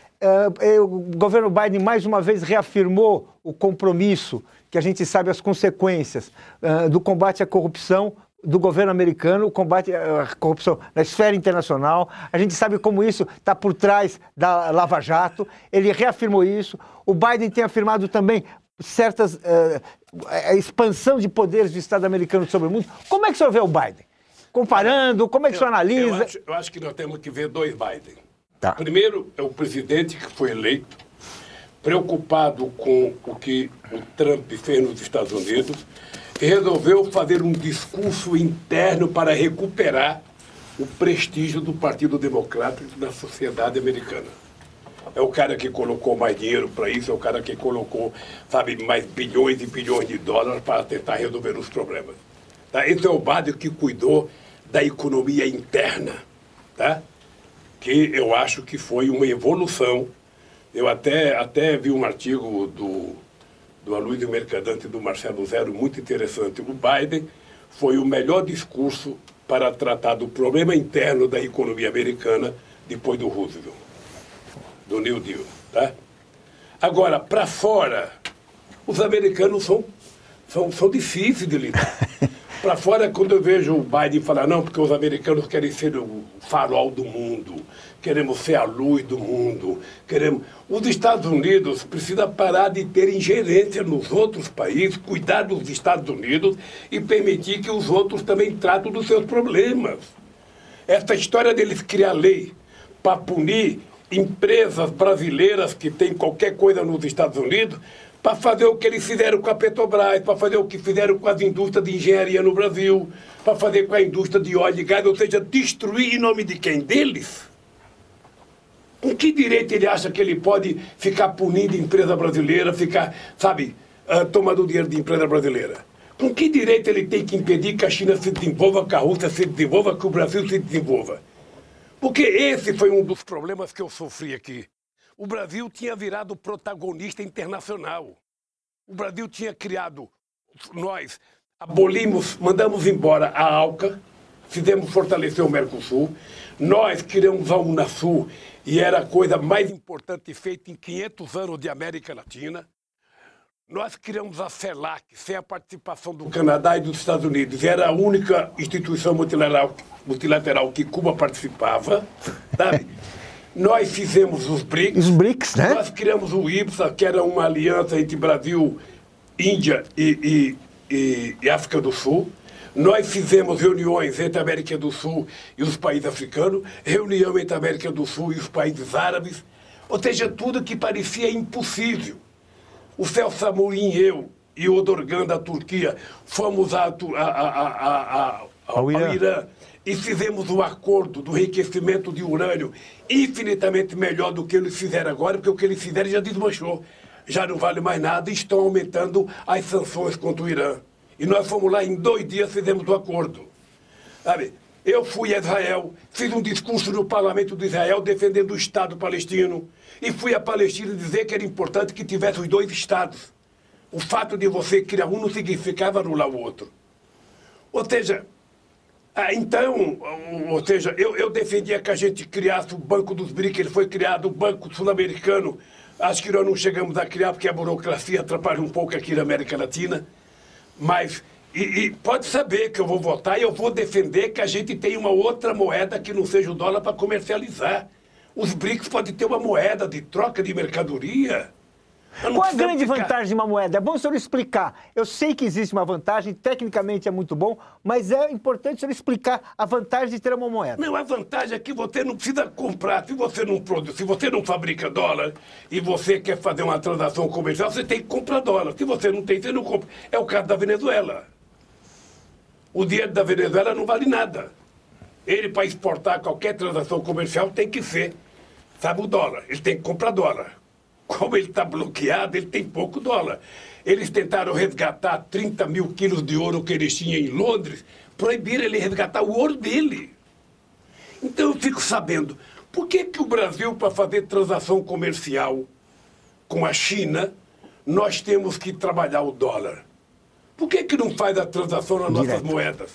O governo Biden, mais uma vez, reafirmou o compromisso, que a gente sabe as consequências do combate à corrupção do governo americano, o combate à corrupção na esfera internacional. A gente sabe como isso está por trás da Lava Jato. Ele reafirmou isso. O Biden tem afirmado também certas a expansão de poderes do Estado americano sobre o mundo. Como é que o senhor vê o Biden? Comparando, como é que o senhor analisa? Eu acho que nós temos que ver dois Biden. Tá. Primeiro, é o presidente que foi eleito, preocupado com o que o Trump fez nos Estados Unidos, e resolveu fazer um discurso interno para recuperar o prestígio do Partido Democrático na sociedade americana. É o cara que colocou mais dinheiro para isso, é o cara que colocou, sabe, mais bilhões e bilhões de dólares para tentar resolver os problemas. Tá? Esse é o Biden que cuidou da economia interna, tá? Que eu acho que foi uma evolução. Eu até vi um artigo do Aloysio Mercadante e do Marcelo Zero muito interessante. O Biden foi o melhor discurso para tratar do problema interno da economia americana depois do Roosevelt, do New Deal. Tá? Agora, para fora, os americanos são difíceis de lidar. Para fora, quando eu vejo o Biden falar, não, porque os americanos querem ser o farol do mundo, queremos ser a luz do mundo, Os Estados Unidos precisam parar de ter ingerência nos outros países, cuidar dos Estados Unidos e permitir que os outros também tratem dos seus problemas. Essa história deles criar lei para punir empresas brasileiras que têm qualquer coisa nos Estados Unidos, para fazer o que eles fizeram com a Petrobras, para fazer o que fizeram com as indústrias de engenharia no Brasil, para fazer com a indústria de óleo e gás, ou seja, destruir em nome de quem? Deles? Com que direito ele acha que ele pode ficar punindo empresa brasileira, ficar, tomando dinheiro de empresa brasileira? Com que direito ele tem que impedir que a China se desenvolva, que a Rússia se desenvolva, que o Brasil se desenvolva? Porque esse foi um dos problemas que eu sofri aqui. O Brasil tinha virado protagonista internacional. O Brasil tinha criado, nós abolimos, mandamos embora a ALCA, fizemos fortalecer o Mercosul, nós criamos a Unasul, e era a coisa mais importante feita em 500 anos de América Latina. Nós criamos a CELAC, sem a participação do Canadá e dos Estados Unidos. Era a única instituição multilateral que Cuba participava, sabe? Nós fizemos os BRICS. Os BRICS, né? Nós criamos o IPSA, que era uma aliança entre Brasil, Índia e África do Sul. Nós fizemos reuniões entre a América do Sul e os países africanos, reunião entre a América do Sul e os países árabes, ou seja, tudo que parecia impossível. O Celso Amorim, eu e o Erdogan da Turquia fomos ao Irã e fizemos um acordo do enriquecimento de urânio infinitamente melhor do que eles fizeram agora, porque o que eles fizeram já desmanchou, já não vale mais nada e estão aumentando as sanções contra o Irã. E nós fomos lá, em 2 dias fizemos o acordo. Sabe? Eu fui a Israel, fiz um discurso no parlamento de Israel defendendo o Estado palestino e fui à Palestina dizer que era importante que tivesse os 2 estados. O fato de você criar um não significava anular o outro. Ou seja, eu defendia que a gente criasse o Banco dos BRICS, ele foi criado, o Banco Sul-Americano. Acho que nós não chegamos a criar porque a burocracia atrapalha um pouco aqui na América Latina. Mas, pode saber que eu vou votar e eu vou defender que a gente tenha uma outra moeda que não seja o dólar para comercializar. Os BRICS podem ter uma moeda de troca de mercadoria. Qual a grande vantagem de uma moeda? É bom o senhor explicar. Eu sei que existe uma vantagem, tecnicamente é muito bom, mas é importante o senhor explicar a vantagem de ter uma moeda. Não, a vantagem é que você não precisa comprar. Se você não produz, se você não fabrica dólar e você quer fazer uma transação comercial, você tem que comprar dólar. Se você não tem, você não compra. É o caso da Venezuela. O dinheiro da Venezuela não vale nada. Ele, para exportar qualquer transação comercial, tem que ser, o dólar. Ele tem que comprar dólar. Como ele está bloqueado, ele tem pouco dólar. Eles tentaram resgatar 30 mil quilos de ouro que eles tinham em Londres, proibiram ele resgatar o ouro dele. Então eu fico sabendo, por que o Brasil, para fazer transação comercial com a China, nós temos que trabalhar o dólar? Por que não faz a transação nas nossas moedas?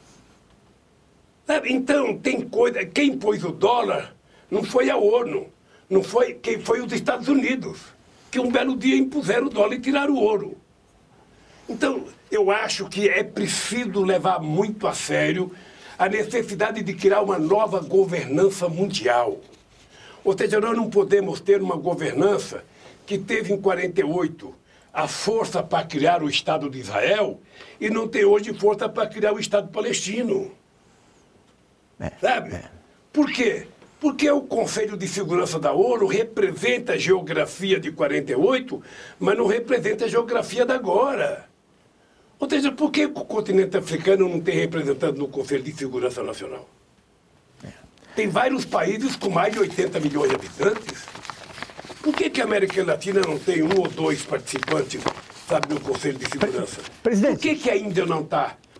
Então, tem coisa... Quem pôs o dólar não foi a ONU. Não foi quem foi os Estados Unidos, que um belo dia impuseram o dólar e tiraram o ouro. Então, eu acho que é preciso levar muito a sério a necessidade de criar uma nova governança mundial. Ou seja, nós não podemos ter uma governança que teve em 48 a força para criar o Estado de Israel e não tem hoje força para criar o Estado palestino. Sabe? Por quê? Porque o Conselho de Segurança da ONU representa a geografia de 48, mas não representa a geografia da agora. Ou seja, por que o continente africano não tem representante no Conselho de Segurança Nacional? Tem vários países com mais de 80 milhões de habitantes. Por que a América Latina não tem 1 ou 2 participantes, no Conselho de Segurança? Presidente. Por que a Índia não está?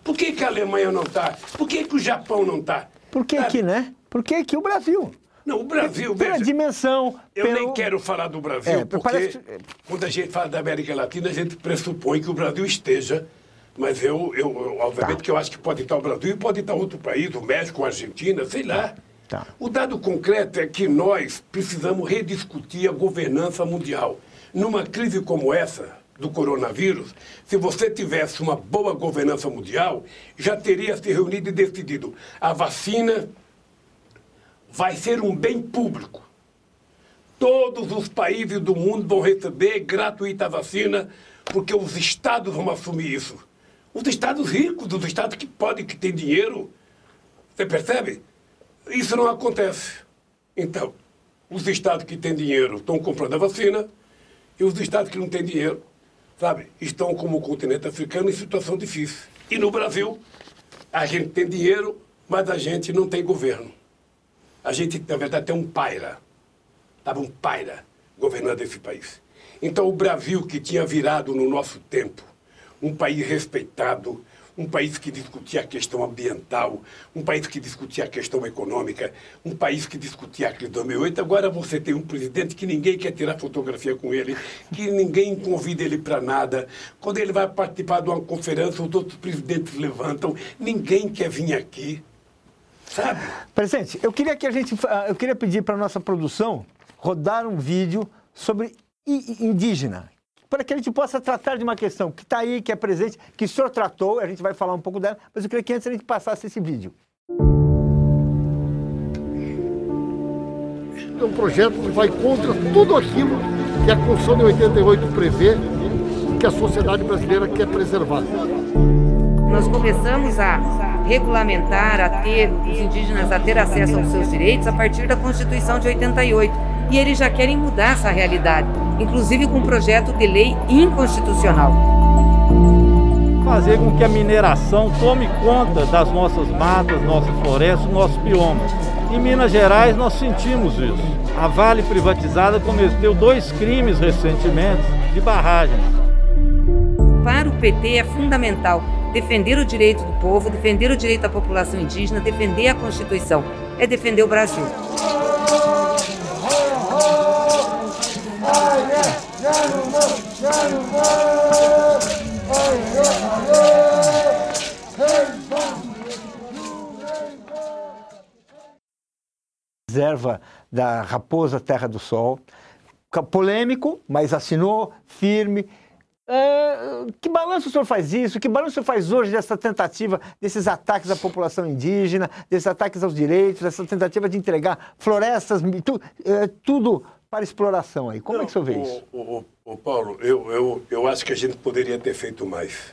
Por que a Alemanha não está? Por que o Japão não está? Por que aqui, né? Por que aqui o Brasil? Não, o Brasil... Pela dimensão... Eu nem quero falar do Brasil, porque quando a gente fala da América Latina, a gente pressupõe que o Brasil esteja... Mas obviamente que eu acho que pode estar o Brasil e pode estar outro país, o México, a Argentina, sei lá. O dado concreto é que nós precisamos rediscutir a governança mundial. Numa crise como essa do coronavírus, se você tivesse uma boa governança mundial, já teria se reunido e decidido. A vacina vai ser um bem público. Todos os países do mundo vão receber gratuita a vacina, porque os estados vão assumir isso. Os estados ricos, os estados que podem, que têm dinheiro. Você percebe? Isso não acontece. Então, os estados que têm dinheiro estão comprando a vacina e os estados que não têm dinheiro, sabe, estão como o continente africano em situação difícil. E no Brasil, a gente tem dinheiro, mas a gente não tem governo. A gente, na verdade, tem um paira. Estava um paira governando esse país. Então, o Brasil, que tinha virado no nosso tempo um país respeitado, um país que discutia a questão ambiental, um país que discutia a questão econômica, um país que discutia a crise de 2008, agora você tem um presidente que ninguém quer tirar fotografia com ele, que ninguém convida ele para nada. Quando ele vai participar de uma conferência, os outros presidentes levantam, ninguém quer vir aqui, sabe? Presidente, eu queria pedir para a nossa produção rodar um vídeo sobre indígena, para que a gente possa tratar de uma questão que está aí, que é presente, que o senhor tratou, a gente vai falar um pouco dela, mas eu queria que antes a gente passasse esse vídeo. É um projeto que vai contra tudo aquilo que a Constituição de 88 prevê, que a sociedade brasileira quer preservar. Nós começamos a regulamentar, a ter os indígenas a ter acesso aos seus direitos a partir da Constituição de 88. E eles já querem mudar essa realidade, inclusive com um projeto de lei inconstitucional. Fazer com que a mineração tome conta das nossas matas, nossas florestas, nossos biomas. Em Minas Gerais nós sentimos isso. A Vale privatizada cometeu 2 crimes recentemente de barragens. Para o PT é fundamental defender o direito do povo, defender o direito da população indígena, defender a Constituição, é defender o Brasil. Reserva da Raposa Terra do Sol, polêmico, mas assinou, firme. Que balanço o senhor faz isso? Que balanço o senhor faz hoje dessa tentativa, desses ataques à população indígena, desses ataques aos direitos, dessa tentativa de entregar florestas, tudo para exploração aí? Como é que o senhor vê isso? Paulo, eu acho que a gente poderia ter feito mais.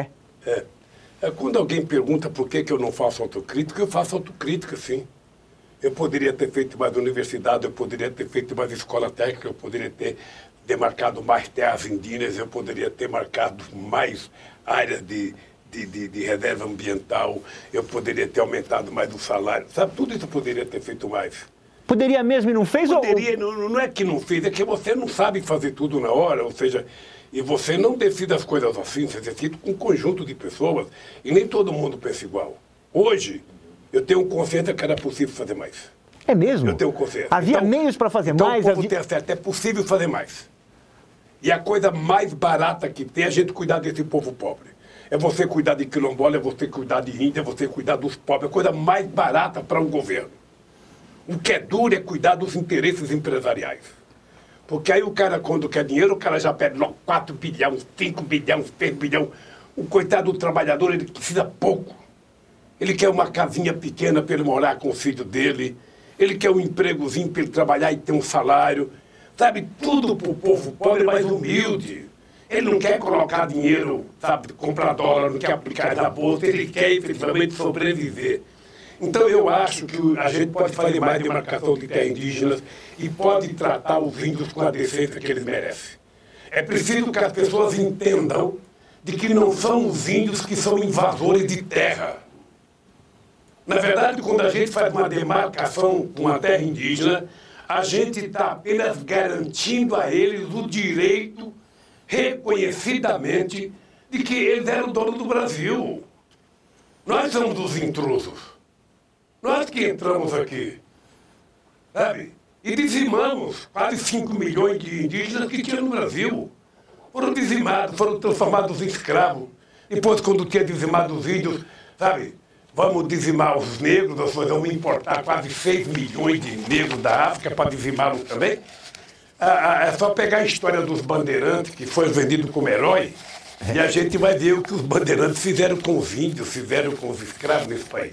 Quando alguém pergunta por que eu não faço autocrítica, eu faço autocrítica, sim. Eu poderia ter feito mais universidade, eu poderia ter feito mais escola técnica, eu poderia ter demarcado mais terras indígenas, eu poderia ter marcado mais áreas de reserva ambiental, eu poderia ter aumentado mais o salário, sabe? Tudo isso eu poderia ter feito mais. Poderia mesmo e não fez? Poderia, não é que não fez, é que você não sabe fazer tudo na hora, ou seja, e você não decide as coisas assim, você decide com um conjunto de pessoas, e nem todo mundo pensa igual. Hoje, eu tenho consciência que era possível fazer mais. É mesmo? Eu tenho consciência. Havia meios para fazer mais? O povo tem certo, é possível fazer mais. E a coisa mais barata que tem é a gente cuidar desse povo pobre. É você cuidar de quilombola, é você cuidar de índio, é você cuidar dos pobres. É a coisa mais barata para um governo. O que é duro é cuidar dos interesses empresariais. Porque aí o cara, quando quer dinheiro, o cara já pede logo 4 bilhões, 5 bilhões, 3 bilhões. O coitado do trabalhador, ele precisa pouco. Ele quer uma casinha pequena para ele morar com o filho dele. Ele quer um empregozinho para ele trabalhar e ter um salário. Sabe, tudo para o povo pobre, mais humilde. Ele não quer colocar dinheiro, sabe, comprar dólar, não quer aplicar na bolsa. Ele quer efetivamente sobreviver. Então eu acho que a gente pode fazer mais demarcação de terras indígenas e pode tratar os índios com a decência que eles merecem. É preciso que as pessoas entendam de que não são os índios que são invasores de terra. Na verdade, quando a gente faz uma demarcação com a terra indígena, a gente está apenas garantindo a eles o direito, reconhecidamente, de que eles eram donos do Brasil. Nós somos os intrusos. Nós que entramos aqui, sabe? E dizimamos quase 5 milhões de indígenas que tinha no Brasil. Foram dizimados, foram transformados em escravos. Depois, quando tinha dizimado os índios, sabe? Vamos dizimar os negros, nós vamos importar quase 6 milhões de negros da África para dizimá-los também. É só pegar a história dos bandeirantes, que foi vendido como herói, e a gente vai ver o que os bandeirantes fizeram com os índios, fizeram com os escravos nesse país.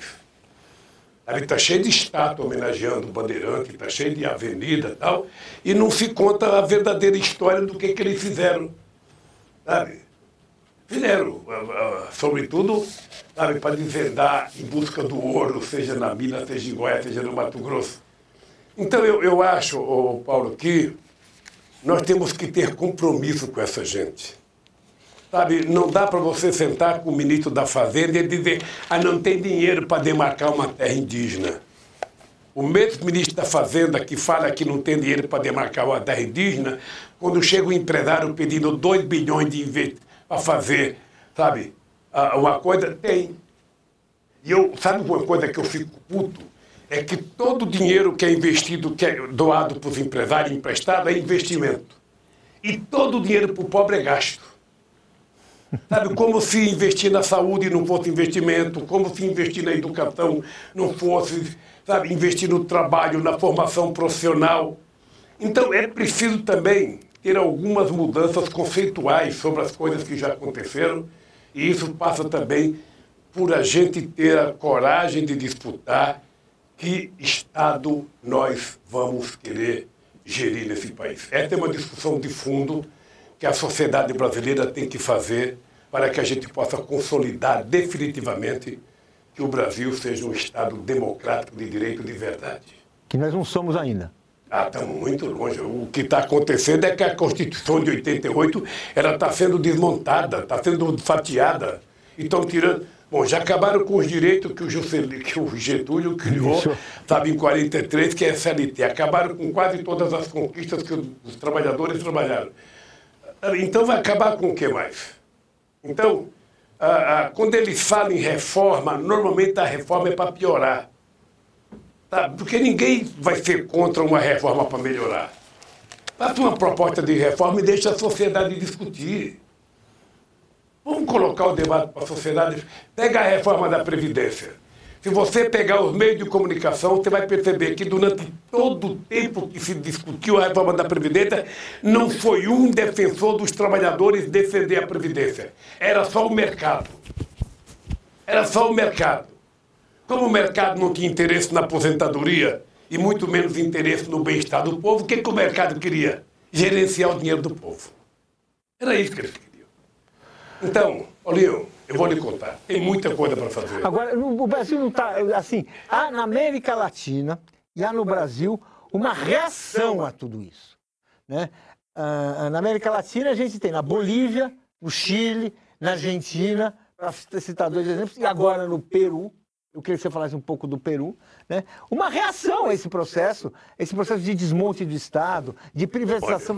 Está cheio de estátua homenageando o bandeirante, está cheio de avenida e tal, e não se conta a verdadeira história do que eles fizeram. Sabe? Fizeram, sobretudo, sabe, para desvendar em busca do ouro, seja na mina, seja em Goiás, seja no Mato Grosso. Então eu acho, Paulo, que nós temos que ter compromisso com essa gente. Sabe, não dá para você sentar com o ministro da Fazenda e dizer não tem dinheiro para demarcar uma terra indígena. O mesmo ministro da Fazenda que fala que não tem dinheiro para demarcar uma terra indígena, quando chega o empresário pedindo 2 bilhões de investimento para fazer, sabe, uma coisa, tem. E sabe uma coisa que eu fico puto? É que todo o dinheiro que é investido, que é doado para os empresários, emprestado, é investimento. E todo o dinheiro para o pobre é gasto. Sabe, como se investir na saúde não fosse investimento, como se investir na educação não fosse, sabe, investir no trabalho, na formação profissional. Então é preciso também ter algumas mudanças conceituais sobre as coisas que já aconteceram, e isso passa também por a gente ter a coragem de disputar que Estado nós vamos querer gerir nesse país. Essa é uma discussão de fundo que a sociedade brasileira tem que fazer para que a gente possa consolidar definitivamente que o Brasil seja um Estado democrático de direito de verdade. Que nós não somos ainda. Estamos muito longe. O que está acontecendo é que a Constituição de 88 ela está sendo desmontada, está sendo fatiada. E estão tirando... Bom, já acabaram com os direitos que o Getúlio criou, sabe, em 43, que é a CLT. Acabaram com quase todas as conquistas que os trabalhadores trabalharam. Então vai acabar com o que mais? Então, quando eles falam em reforma, normalmente a reforma é para piorar. Tá? Porque ninguém vai ser contra uma reforma para melhorar. Faça uma proposta de reforma e deixe a sociedade discutir. Vamos colocar o debate para a sociedade. Pega a reforma da Previdência. Se você pegar os meios de comunicação, você vai perceber que durante todo o tempo que se discutiu a reforma da Previdência, não foi um defensor dos trabalhadores defender a Previdência. Era só o mercado. Era só o mercado. Como o mercado não tinha interesse na aposentadoria e muito menos interesse no bem-estar do povo, o que o mercado queria? Gerenciar o dinheiro do povo. Era isso que eles queriam. Então, Paulinho, eu vou lhe contar. Tem muita coisa para fazer. Agora, o Brasil não está... Assim, há na América Latina e há no Brasil uma reação a tudo isso. Né? Na América Latina a gente tem na Bolívia, no Chile, na Argentina, para citar 2 exemplos, e agora no Peru. Eu queria que você falasse um pouco do Peru, né? Uma reação a esse processo de desmonte do Estado, de privatização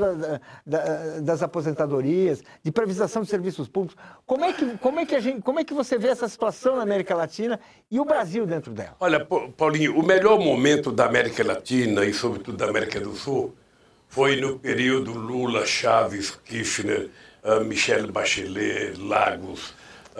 das aposentadorias, de privatização de serviços públicos. Como é que você vê essa situação na América Latina e o Brasil dentro dela? Olha, Paulinho, o melhor momento da América Latina e, sobretudo, da América do Sul foi no período Lula, Chaves, Kirchner, Michelle Bachelet, Lagos,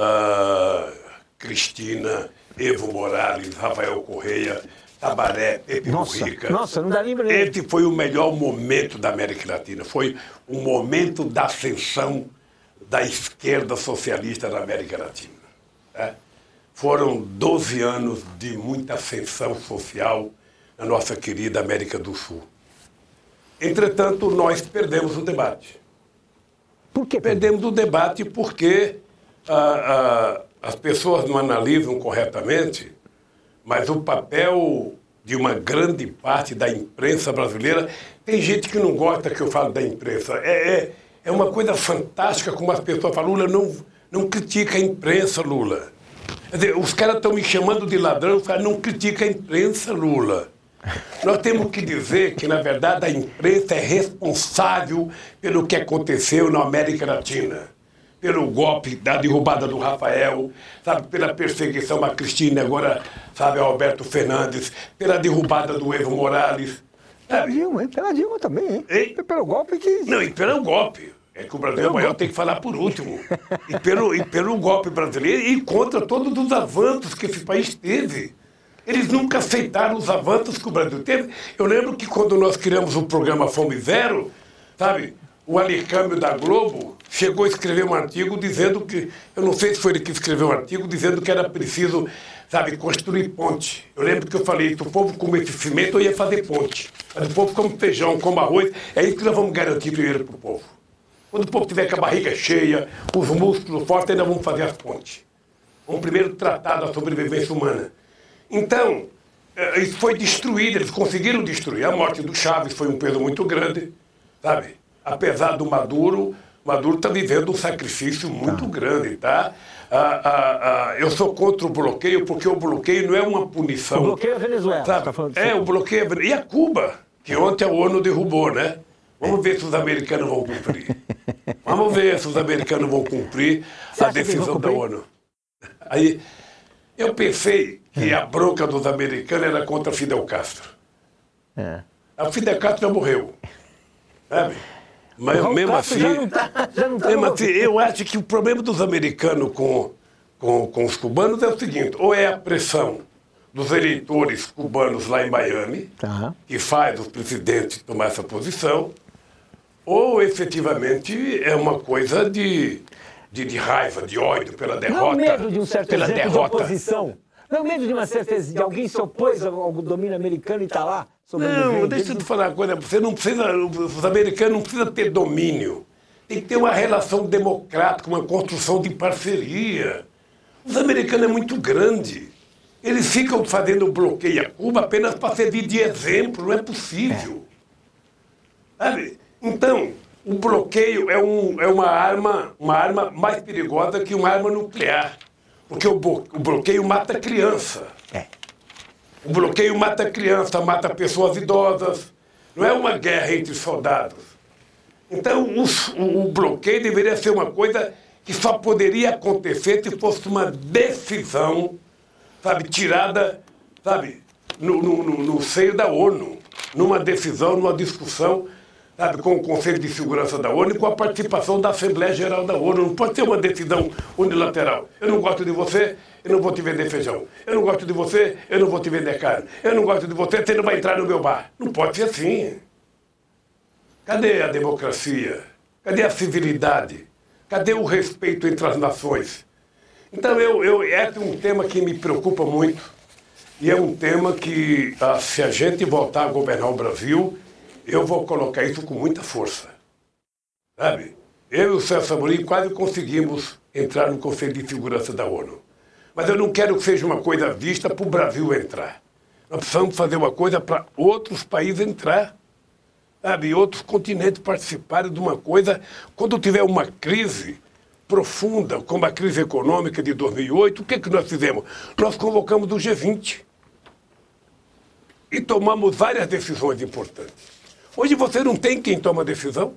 Cristina, Evo Morales, Rafael Correia, Tabaré, Pepe Mujica. Nossa, não dá nem pra... Esse foi o melhor momento da América Latina. Foi o momento da ascensão da esquerda socialista na América Latina. Né? Foram 12 anos de muita ascensão social na nossa querida América do Sul. Entretanto, nós perdemos o debate. Por que perdemos o debate? Porque as pessoas não analisam corretamente, mas o papel de uma grande parte da imprensa brasileira... Tem gente que não gosta que eu falo da imprensa. É uma coisa fantástica como as pessoas falam. Lula não critica a imprensa, Lula. Quer dizer, os caras estão me chamando de ladrão, os caras não criticam a imprensa, Lula. Nós temos que dizer que, na verdade, a imprensa é responsável pelo que aconteceu na América Latina. pelo golpe da derrubada do Rafael, sabe, pela perseguição a Cristina, agora, sabe, ao Alberto Fernandes, pela derrubada do Evo Morales. Pela Dilma também, hein? Pelo golpe que... Não, e pelo golpe. É que o Brasil é maior, tem que falar por último. E pelo golpe brasileiro e contra todos os avanços que esse país teve. Eles nunca aceitaram os avanços que o Brasil teve. Eu lembro que quando nós criamos o programa Fome Zero, sabe, o Alecâmbio da Globo chegou a escrever um artigo dizendo que, eu não sei se foi ele que escreveu um artigo, dizendo que era preciso, sabe, construir ponte. Eu lembro que eu falei, se o povo comer esse cimento, eu ia fazer ponte. Mas o povo come feijão, come arroz, é isso que nós vamos garantir primeiro para o povo. Quando o povo tiver com a barriga cheia, os músculos fortes, ainda vamos fazer as pontes. Vamos primeiro tratar da sobrevivência humana. Então, isso foi destruído, eles conseguiram destruir. A morte do Chaves foi um peso muito grande, sabe? Apesar do Maduro está vivendo um sacrifício muito grande, tá? Eu sou contra o bloqueio, porque o bloqueio não é uma punição. O bloqueio é a Venezuela. Tá o bloqueio é a Venezuela. E a Cuba, que ontem a ONU derrubou, né? Vamos ver se os americanos vão cumprir. Vamos ver se os americanos vão cumprir a decisão da ONU. Aí, eu pensei que a bronca dos americanos era contra Fidel Castro. A Fidel Castro já morreu. Sabe? Mas mesmo assim, eu acho que o problema dos americanos com os cubanos é o seguinte, ou é a pressão dos eleitores cubanos lá em Miami, que faz os presidentes tomar essa posição, ou efetivamente é uma coisa de raiva, de ódio pela derrota. Não medo de um certo exemplo de oposição. Não medo de uma certa de alguém se opôs ao domínio americano e está lá. Não, deixa eu te falar uma coisa. Os americanos não precisam ter domínio. Tem que ter uma relação democrática, uma construção de parceria. Os americanos é muito grande. Eles ficam fazendo bloqueio a Cuba apenas para servir de exemplo. Não é possível. Sabe? Então, o bloqueio é uma arma mais perigosa que uma arma nuclear. Porque o bloqueio mata criança. O bloqueio mata criança, mata pessoas idosas. Não é uma guerra entre soldados. Então, o bloqueio deveria ser uma coisa que só poderia acontecer se fosse uma decisão, sabe, tirada, sabe, no seio da ONU. Numa decisão, numa discussão, sabe, com o Conselho de Segurança da ONU e com a participação da Assembleia Geral da ONU. Não pode ser uma decisão unilateral. Eu não gosto de você, eu não vou te vender feijão. Eu não gosto de você, eu não vou te vender carne. Eu não gosto de você, você não vai entrar no meu bar. Não pode ser assim. Cadê a democracia? Cadê a civilidade? Cadê o respeito entre as nações? Então, esse é um tema que me preocupa muito. E é um tema que, se a gente voltar a governar o Brasil, eu vou colocar isso com muita força. Sabe? Eu e o Celso Amorim quase conseguimos entrar no Conselho de Segurança da ONU. Mas eu não quero que seja uma coisa vista para o Brasil entrar. Nós precisamos fazer uma coisa para outros países entrar. Sabe? Outros continentes participarem de uma coisa. Quando tiver uma crise profunda, como a crise econômica de 2008, o que nós fizemos? Nós convocamos o G20. E tomamos várias decisões importantes. Hoje você não tem quem toma decisão.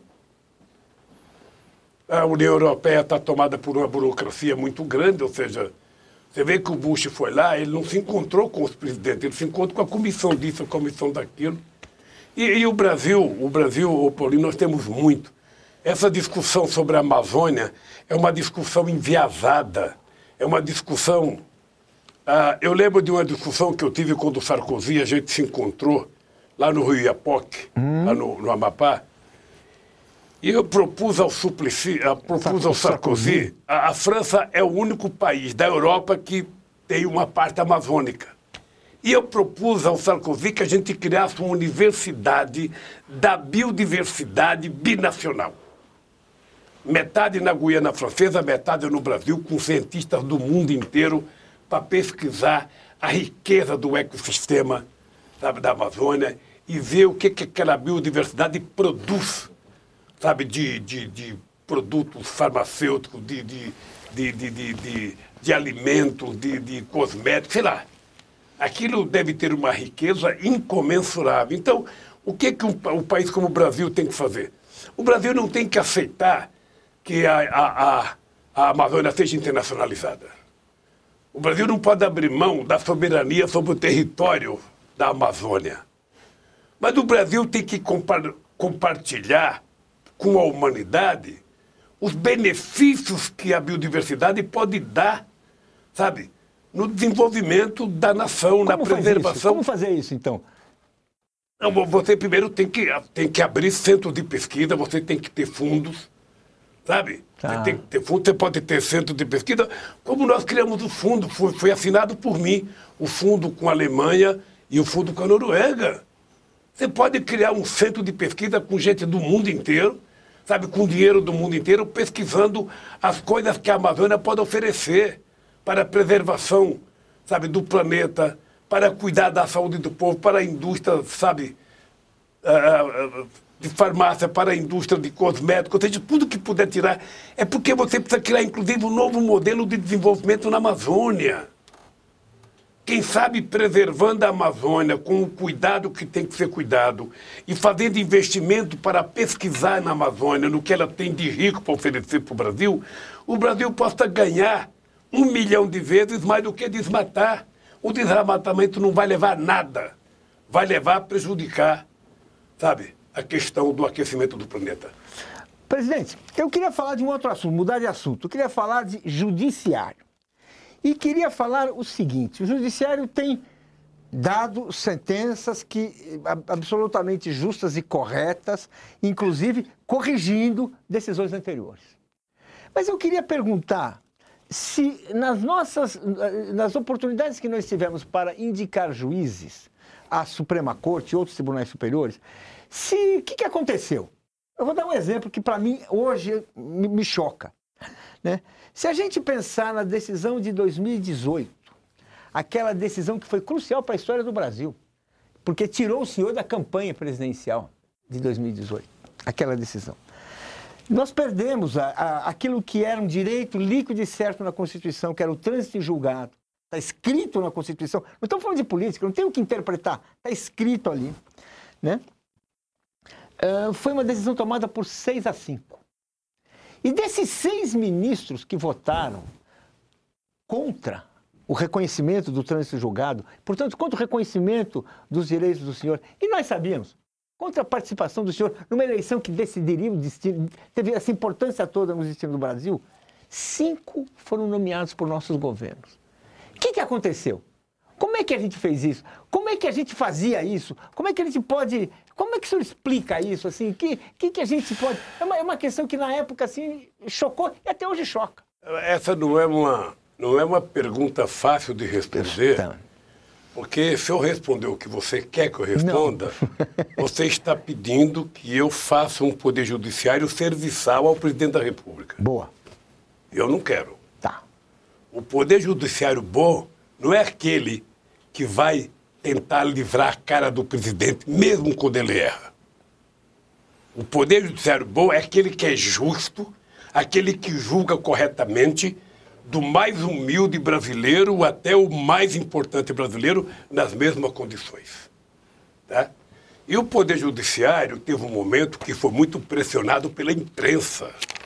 A União Europeia está tomada por uma burocracia muito grande, ou seja, você vê que o Bush foi lá, ele não se encontrou com os presidentes, ele se encontrou com a comissão disso, a comissão daquilo. E o Brasil, Paulino, nós temos muito. Essa discussão sobre a Amazônia é uma discussão enviesada, é uma discussão... eu lembro de uma discussão que eu tive quando o Sarkozy, a gente se encontrou, lá no Rio Iapoque, lá no Amapá, e eu propus ao Sarkozy, a França é o único país da Europa que tem uma parte amazônica. E eu propus ao Sarkozy que a gente criasse uma universidade da biodiversidade binacional. Metade na Guiana Francesa, metade no Brasil, com cientistas do mundo inteiro, para pesquisar a riqueza do ecossistema, sabe, da Amazônia e ver o que aquela biodiversidade produz, sabe, de produtos farmacêuticos, de alimentos, de cosméticos, sei lá. Aquilo deve ter uma riqueza incomensurável. Então, o que um país como o Brasil tem que fazer? O Brasil não tem que aceitar que a Amazônia seja internacionalizada. O Brasil não pode abrir mão da soberania sobre o território da Amazônia. Mas o Brasil tem que compartilhar com a humanidade os benefícios que a biodiversidade pode dar, sabe, no desenvolvimento da nação, na preservação. Como fazer isso, então? Não, você primeiro tem que abrir centros de pesquisa, você tem que ter fundos, sabe? Você tem que ter fundos, você pode ter centro de pesquisa, como nós criamos o fundo, foi assinado por mim, o fundo com a Alemanha e o fundo com a Noruega. Você pode criar um centro de pesquisa com gente do mundo inteiro, sabe, com dinheiro do mundo inteiro, pesquisando as coisas que a Amazônia pode oferecer para a preservação, sabe, do planeta, para cuidar da saúde do povo, para a indústria, sabe, de farmácia, para a indústria de cosméticos, ou seja, tudo que puder tirar. É porque você precisa criar, inclusive, um novo modelo de desenvolvimento na Amazônia. Quem sabe preservando a Amazônia com o cuidado que tem que ser cuidado e fazendo investimento para pesquisar na Amazônia, no que ela tem de rico para oferecer para o Brasil possa ganhar 1 milhão de vezes mais do que desmatar. O desmatamento não vai levar a nada, vai levar a prejudicar, sabe, a questão do aquecimento do planeta. Presidente, eu queria falar de um outro assunto, mudar de assunto. Eu queria falar de judiciário. E queria falar o seguinte, o judiciário tem dado sentenças absolutamente justas e corretas, inclusive corrigindo decisões anteriores. Mas eu queria perguntar se nas oportunidades que nós tivemos para indicar juízes à Suprema Corte e outros tribunais superiores, o que aconteceu? Eu vou dar um exemplo que para mim hoje me choca, né? Se a gente pensar na decisão de 2018, aquela decisão que foi crucial para a história do Brasil, porque tirou o senhor da campanha presidencial de 2018, aquela decisão. Nós perdemos aquilo que era um direito líquido e certo na Constituição, que era o trânsito em julgado. Está escrito na Constituição. Não estamos falando de política, não tem o que interpretar. Está escrito ali, né? Foi uma decisão tomada por 6-5. E desses 6 ministros que votaram contra o reconhecimento do trânsito julgado, portanto, contra o reconhecimento dos direitos do senhor, e nós sabíamos, contra a participação do senhor numa eleição que decidiria o destino, teve essa importância toda no destino do Brasil, 5 foram nomeados por nossos governos. O que aconteceu? Como é que a gente fez isso? Como é que a gente fazia isso? Como é que a gente pode... Como é que o senhor explica isso? Assim, que a gente pode... É uma questão que na época assim, chocou e até hoje choca. Essa não é uma pergunta fácil de responder, porque se eu responder o que você quer que eu responda, você está pedindo que eu faça um poder judiciário serviçal ao presidente da República. Boa. Eu não quero. Tá. O poder judiciário bom não é aquele que vai tentar livrar a cara do presidente, mesmo quando ele erra. O poder judiciário bom é aquele que é justo, aquele que julga corretamente, do mais humilde brasileiro até o mais importante brasileiro, nas mesmas condições. Tá? E o poder judiciário teve um momento que foi muito pressionado pela imprensa.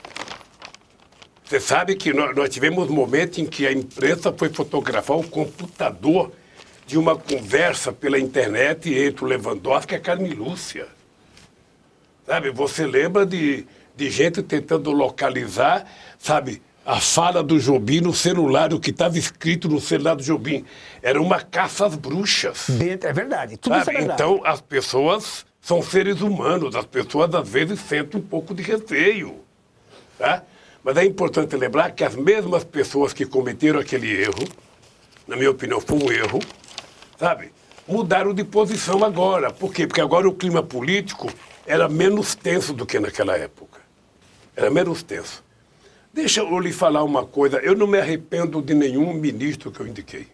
Você sabe que nós tivemos um momento em que a imprensa foi fotografar o computador de uma conversa pela internet entre o Lewandowski e a Carmen Lúcia. Sabe, você lembra de gente tentando localizar, sabe, a fala do Jobim no celular, o que estava escrito no celular do Jobim. Era uma caça às bruxas. É verdade, tudo isso é verdade. Então, as pessoas são seres humanos, as pessoas às vezes sentem um pouco de receio. Tá? Mas é importante lembrar que as mesmas pessoas que cometeram aquele erro, na minha opinião, foi um erro, sabe, mudaram de posição agora. Por quê? Porque agora o clima político era menos tenso do que naquela época. Era menos tenso. Deixa eu lhe falar uma coisa. Eu não me arrependo de nenhum ministro que eu indiquei.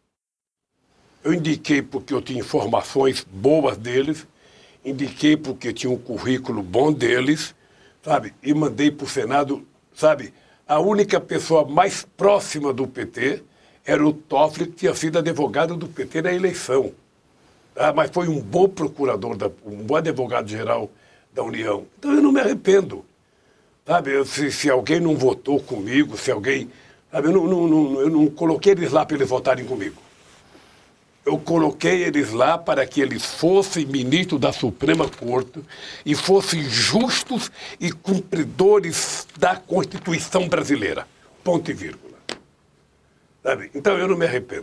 Eu indiquei porque eu tinha informações boas deles, indiquei porque tinha um currículo bom deles, sabe, e mandei para o Senado, sabe, a única pessoa mais próxima do PT era o Toffoli, que tinha sido advogado do PT na eleição. Mas foi um bom procurador, um bom advogado-geral da União. Então eu não me arrependo. Sabe, se alguém não votou comigo, se alguém... Sabe, eu não coloquei eles lá para eles votarem comigo. Eu coloquei eles lá para que eles fossem ministros da Suprema Corte e fossem justos e cumpridores da Constituição brasileira. Ponto e vírgula. Sabe? Então, eu não me arrependo.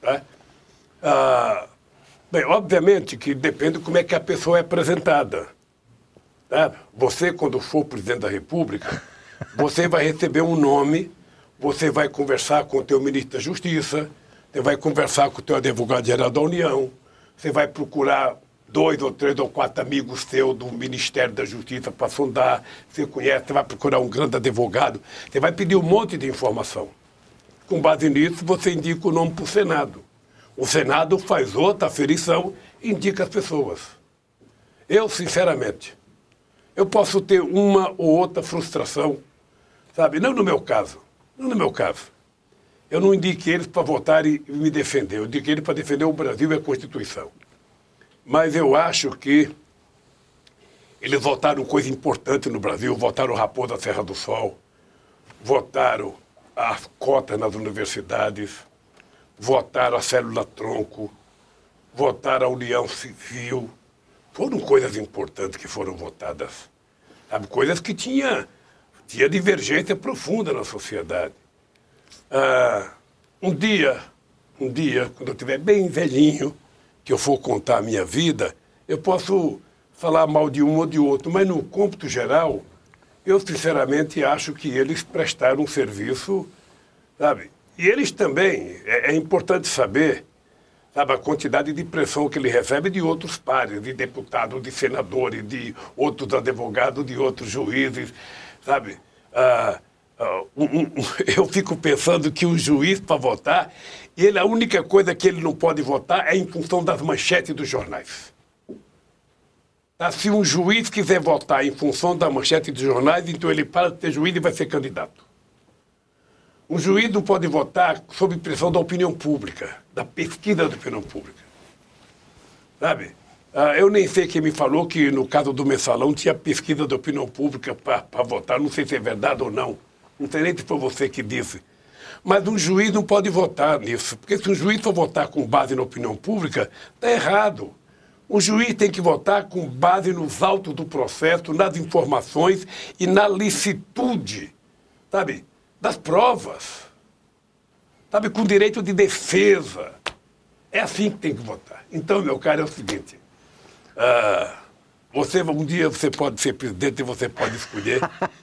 Tá? Bem, obviamente que depende de como é que a pessoa é apresentada. Tá? Você, quando for presidente da República, você vai receber um nome, você vai conversar com o teu ministro da Justiça, você vai conversar com o teu advogado-geral da União, você vai procurar 2 ou 3 ou 4 amigos seus do Ministério da Justiça para sondar, você conhece, você vai procurar um grande advogado, você vai pedir um monte de informação. Com base nisso, você indica o nome para o Senado. O Senado faz outra aferição e indica as pessoas. Eu, sinceramente, eu posso ter uma ou outra frustração, sabe? Não no meu caso. Eu não indiquei eles para votar e me defender. Eu indiquei eles para defender o Brasil e a Constituição. Mas eu acho que eles votaram coisa importante no Brasil, votaram o Raposa Serra do Sol, votaram as cotas nas universidades, votaram a célula-tronco, votaram a União Civil. Foram coisas importantes que foram votadas. Sabe? Coisas que tinha divergência profunda na sociedade. Um dia, quando eu estiver bem velhinho, que eu for contar a minha vida, eu posso falar mal de um ou de outro, mas no cômputo geral, eu sinceramente acho que eles prestaram um serviço, sabe? E eles também, é importante saber, sabe, a quantidade de pressão que ele recebe de outros pares, de deputados, de senadores, de outros advogados, de outros juízes, sabe? Eu fico pensando que o juiz, para votar, a única coisa que ele não pode votar é em função das manchetes dos jornais. Tá? Se um juiz quiser votar em função da manchete dos jornais, então ele para de ter juiz e vai ser candidato. Um juiz não pode votar sob pressão da opinião pública, da pesquisa da opinião pública. Sabe? Eu nem sei quem me falou que no caso do Mensalão tinha pesquisa da opinião pública para votar. Não sei se é verdade ou não. Não sei nem se foi você que disse. Mas um juiz não pode votar nisso. Porque se um juiz for votar com base na opinião pública, está errado. O juiz tem que votar com base nos autos do processo, nas informações e na licitude, sabe, das provas. Sabe, com direito de defesa. É assim que tem que votar. Então, meu caro, é o seguinte. Um dia você pode ser presidente e você pode escolher.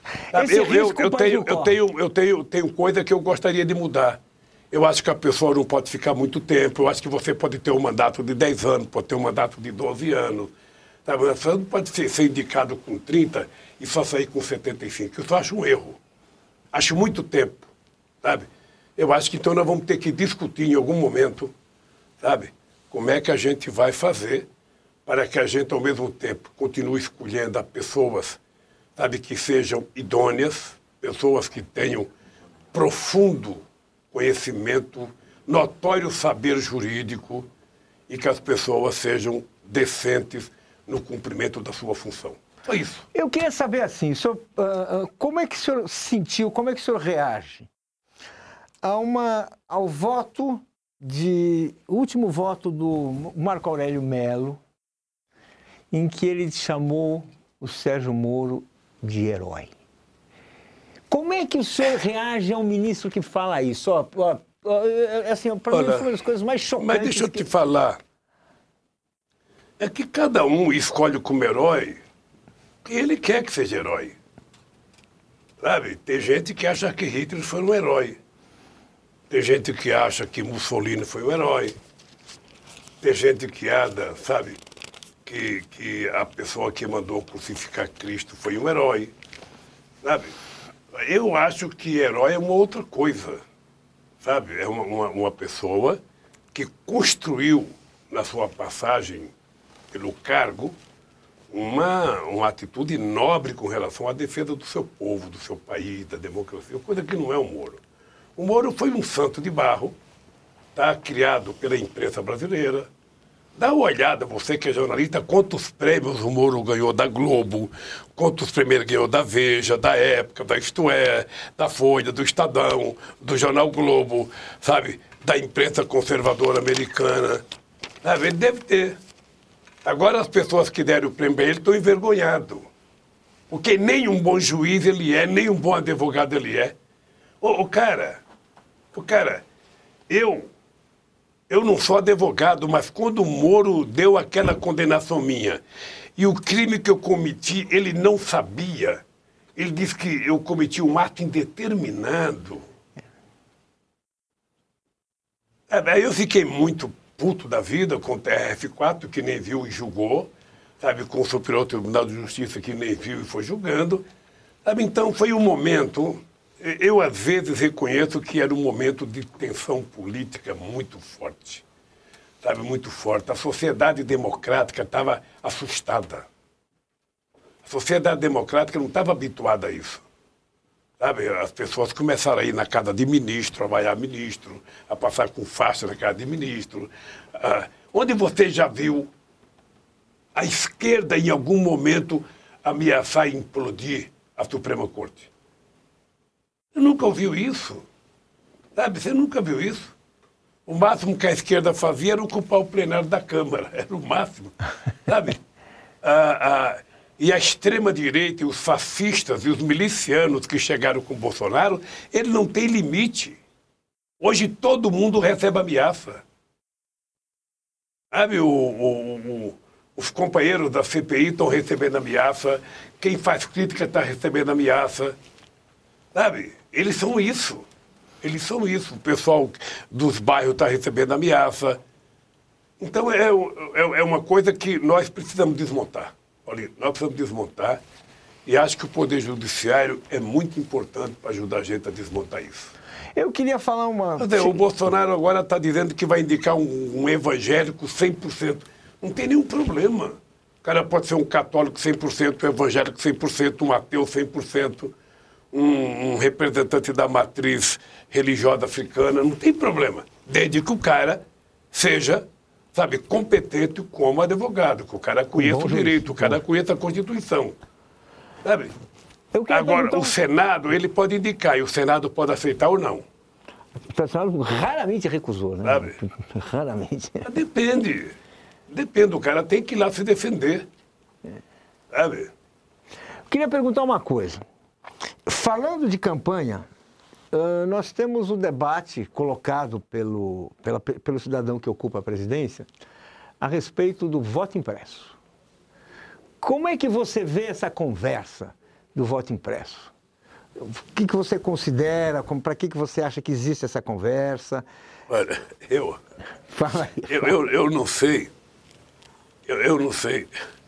Eu tenho coisa que eu gostaria de mudar. Eu acho que a pessoa não pode ficar muito tempo. Eu acho que você pode ter um mandato de 10 anos, pode ter um mandato de 12 anos. Sabe? Você não pode ser indicado com 30 e só sair com 75. Eu só acho um erro. Acho muito tempo. Sabe? Eu acho que então nós vamos ter que discutir em algum momento, sabe, como é que a gente vai fazer para que a gente, ao mesmo tempo, continue escolhendo a pessoas, sabe, que sejam idôneas, pessoas que tenham profundo conhecimento, notório saber jurídico e que as pessoas sejam decentes no cumprimento da sua função. Só isso. Eu queria saber, assim, como é que o senhor sentiu, como é que o senhor reage ao voto o último voto do Marco Aurélio Mello, em que ele chamou o Sérgio Moro de herói. Como é que o senhor reage a um ministro que fala isso? Assim, para mim foi uma das coisas mais chocantes. Mas deixa eu te falar. É que cada um escolhe como herói que ele quer que seja herói. Sabe? Tem gente que acha que Hitler foi um herói. Tem gente que acha que Mussolini foi um herói. Tem gente que acha, sabe, que a pessoa que mandou crucificar Cristo foi um herói. Sabe? Eu acho que herói é uma outra coisa. Sabe? É uma pessoa que construiu, na sua passagem pelo cargo, uma atitude nobre com relação à defesa do seu povo, do seu país, da democracia, coisa que não é o Moro. O Moro foi um santo de barro, tá, criado pela imprensa brasileira, Dá uma olhada, você que é jornalista, quantos prêmios o Moro ganhou da Globo, quantos prêmios ele ganhou da Veja, da Época, da Isto É, da Folha, do Estadão, do Jornal Globo, sabe? Da imprensa conservadora americana. Sabe? Ele deve ter. Agora as pessoas que deram o prêmio a ele estão envergonhados. Porque nem um bom juiz ele é, nem um bom advogado ele é. O cara, eu não sou advogado, mas quando o Moro deu aquela condenação minha e o crime que eu cometi, ele não sabia, ele disse que eu cometi um ato indeterminado. Aí eu fiquei muito puto da vida com o TRF4, que nem viu e julgou, sabe, com o Superior Tribunal de Justiça, que nem viu e foi julgando. Sabe, então foi um momento... Eu, às vezes, reconheço que era um momento de tensão política muito forte, sabe, muito forte. A sociedade democrática estava assustada. A sociedade democrática não estava habituada a isso. Sabe, as pessoas começaram a ir na casa de ministro, a vaiar ministro, a passar com faixa na casa de ministro. Onde você já viu a esquerda, em algum momento, ameaçar implodir a Suprema Corte? Você nunca ouviu isso? Sabe, você nunca viu isso? O máximo que a esquerda fazia era ocupar o plenário da Câmara. Era o máximo, sabe? E a extrema-direita, e os fascistas e os milicianos que chegaram com o Bolsonaro, ele não tem limite. Hoje todo mundo recebe ameaça. Sabe, os companheiros da CPI estão recebendo ameaça, quem faz crítica está recebendo ameaça. Sabe, eles são isso. Eles são isso. O pessoal dos bairros está recebendo ameaça. Então é uma coisa que nós precisamos desmontar. Olha, nós precisamos desmontar e acho que o Poder Judiciário é muito importante para ajudar a gente a desmontar isso. Eu queria falar uma... O Bolsonaro agora está dizendo que vai indicar um evangélico 100%. Não tem nenhum problema. O cara pode ser um católico 100%, um evangélico 100%, um ateu 100%, um representante da matriz religiosa africana. Não tem problema. Desde que o cara seja... sabe, competente como advogado, que o cara conheça o direito, o cara conheça a Constituição. Sabe? Agora, o Senado, ele pode indicar, e o Senado pode aceitar ou não. O Senado raramente recusou, né? Sabe? Raramente. Mas depende. Depende, o cara tem que ir lá se defender. Sabe? Eu queria perguntar uma coisa. Falando de campanha, nós temos o debate colocado pelo cidadão que ocupa a presidência a respeito do voto impresso. Como é que você vê essa conversa do voto impresso? O que você considera? Para que você acha que existe essa conversa? Olha, Fala aí. Eu não sei. Eu não sei.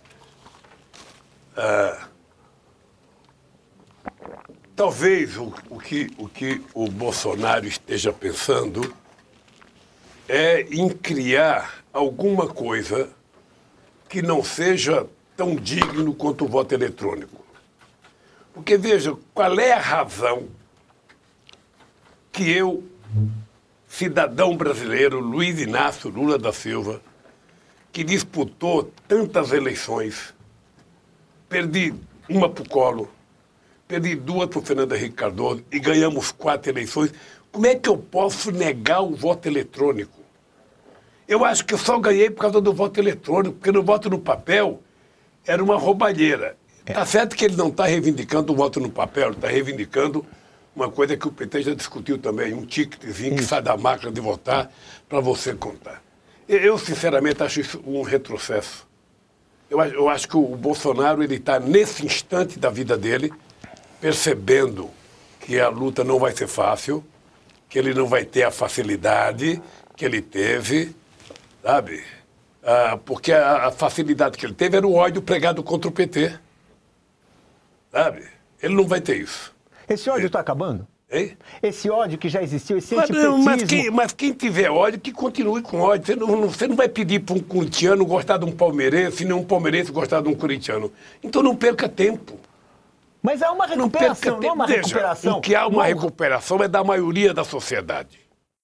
Talvez o que o Bolsonaro esteja pensando é em criar alguma coisa que não seja tão digno quanto o voto eletrônico. Porque, veja, qual é a razão que eu, cidadão brasileiro, Luiz Inácio Lula da Silva, que disputou tantas eleições, perdi uma para o Collor, perdi 2 para o Fernando Henrique Cardoso e ganhamos 4 eleições. Como é que eu posso negar o voto eletrônico? Eu acho que eu só ganhei por causa do voto eletrônico, porque no voto no papel era uma roubalheira. Tá certo que ele não está reivindicando o voto no papel, ele está reivindicando uma coisa que o PT já discutiu também, um ticketzinho que sai da máquina de votar para você contar. Eu, sinceramente, acho isso um retrocesso. Eu acho que o Bolsonaro está nesse instante da vida dele, percebendo que a luta não vai ser fácil, que ele não vai ter a facilidade que ele teve, sabe? Porque a facilidade que ele teve era o ódio pregado contra o PT, sabe? Ele não vai ter isso. Esse ódio está acabando? Hein? Esse ódio que já existiu, esse antipetismo... Mas quem tiver ódio, que continue com ódio. Você não vai pedir para um corintiano gostar de um palmeirense, nem um palmeirense gostar de um corintiano. Então não perca tempo. Mas há uma recuperação, não é uma recuperação? O que há uma recuperação é da maioria da sociedade.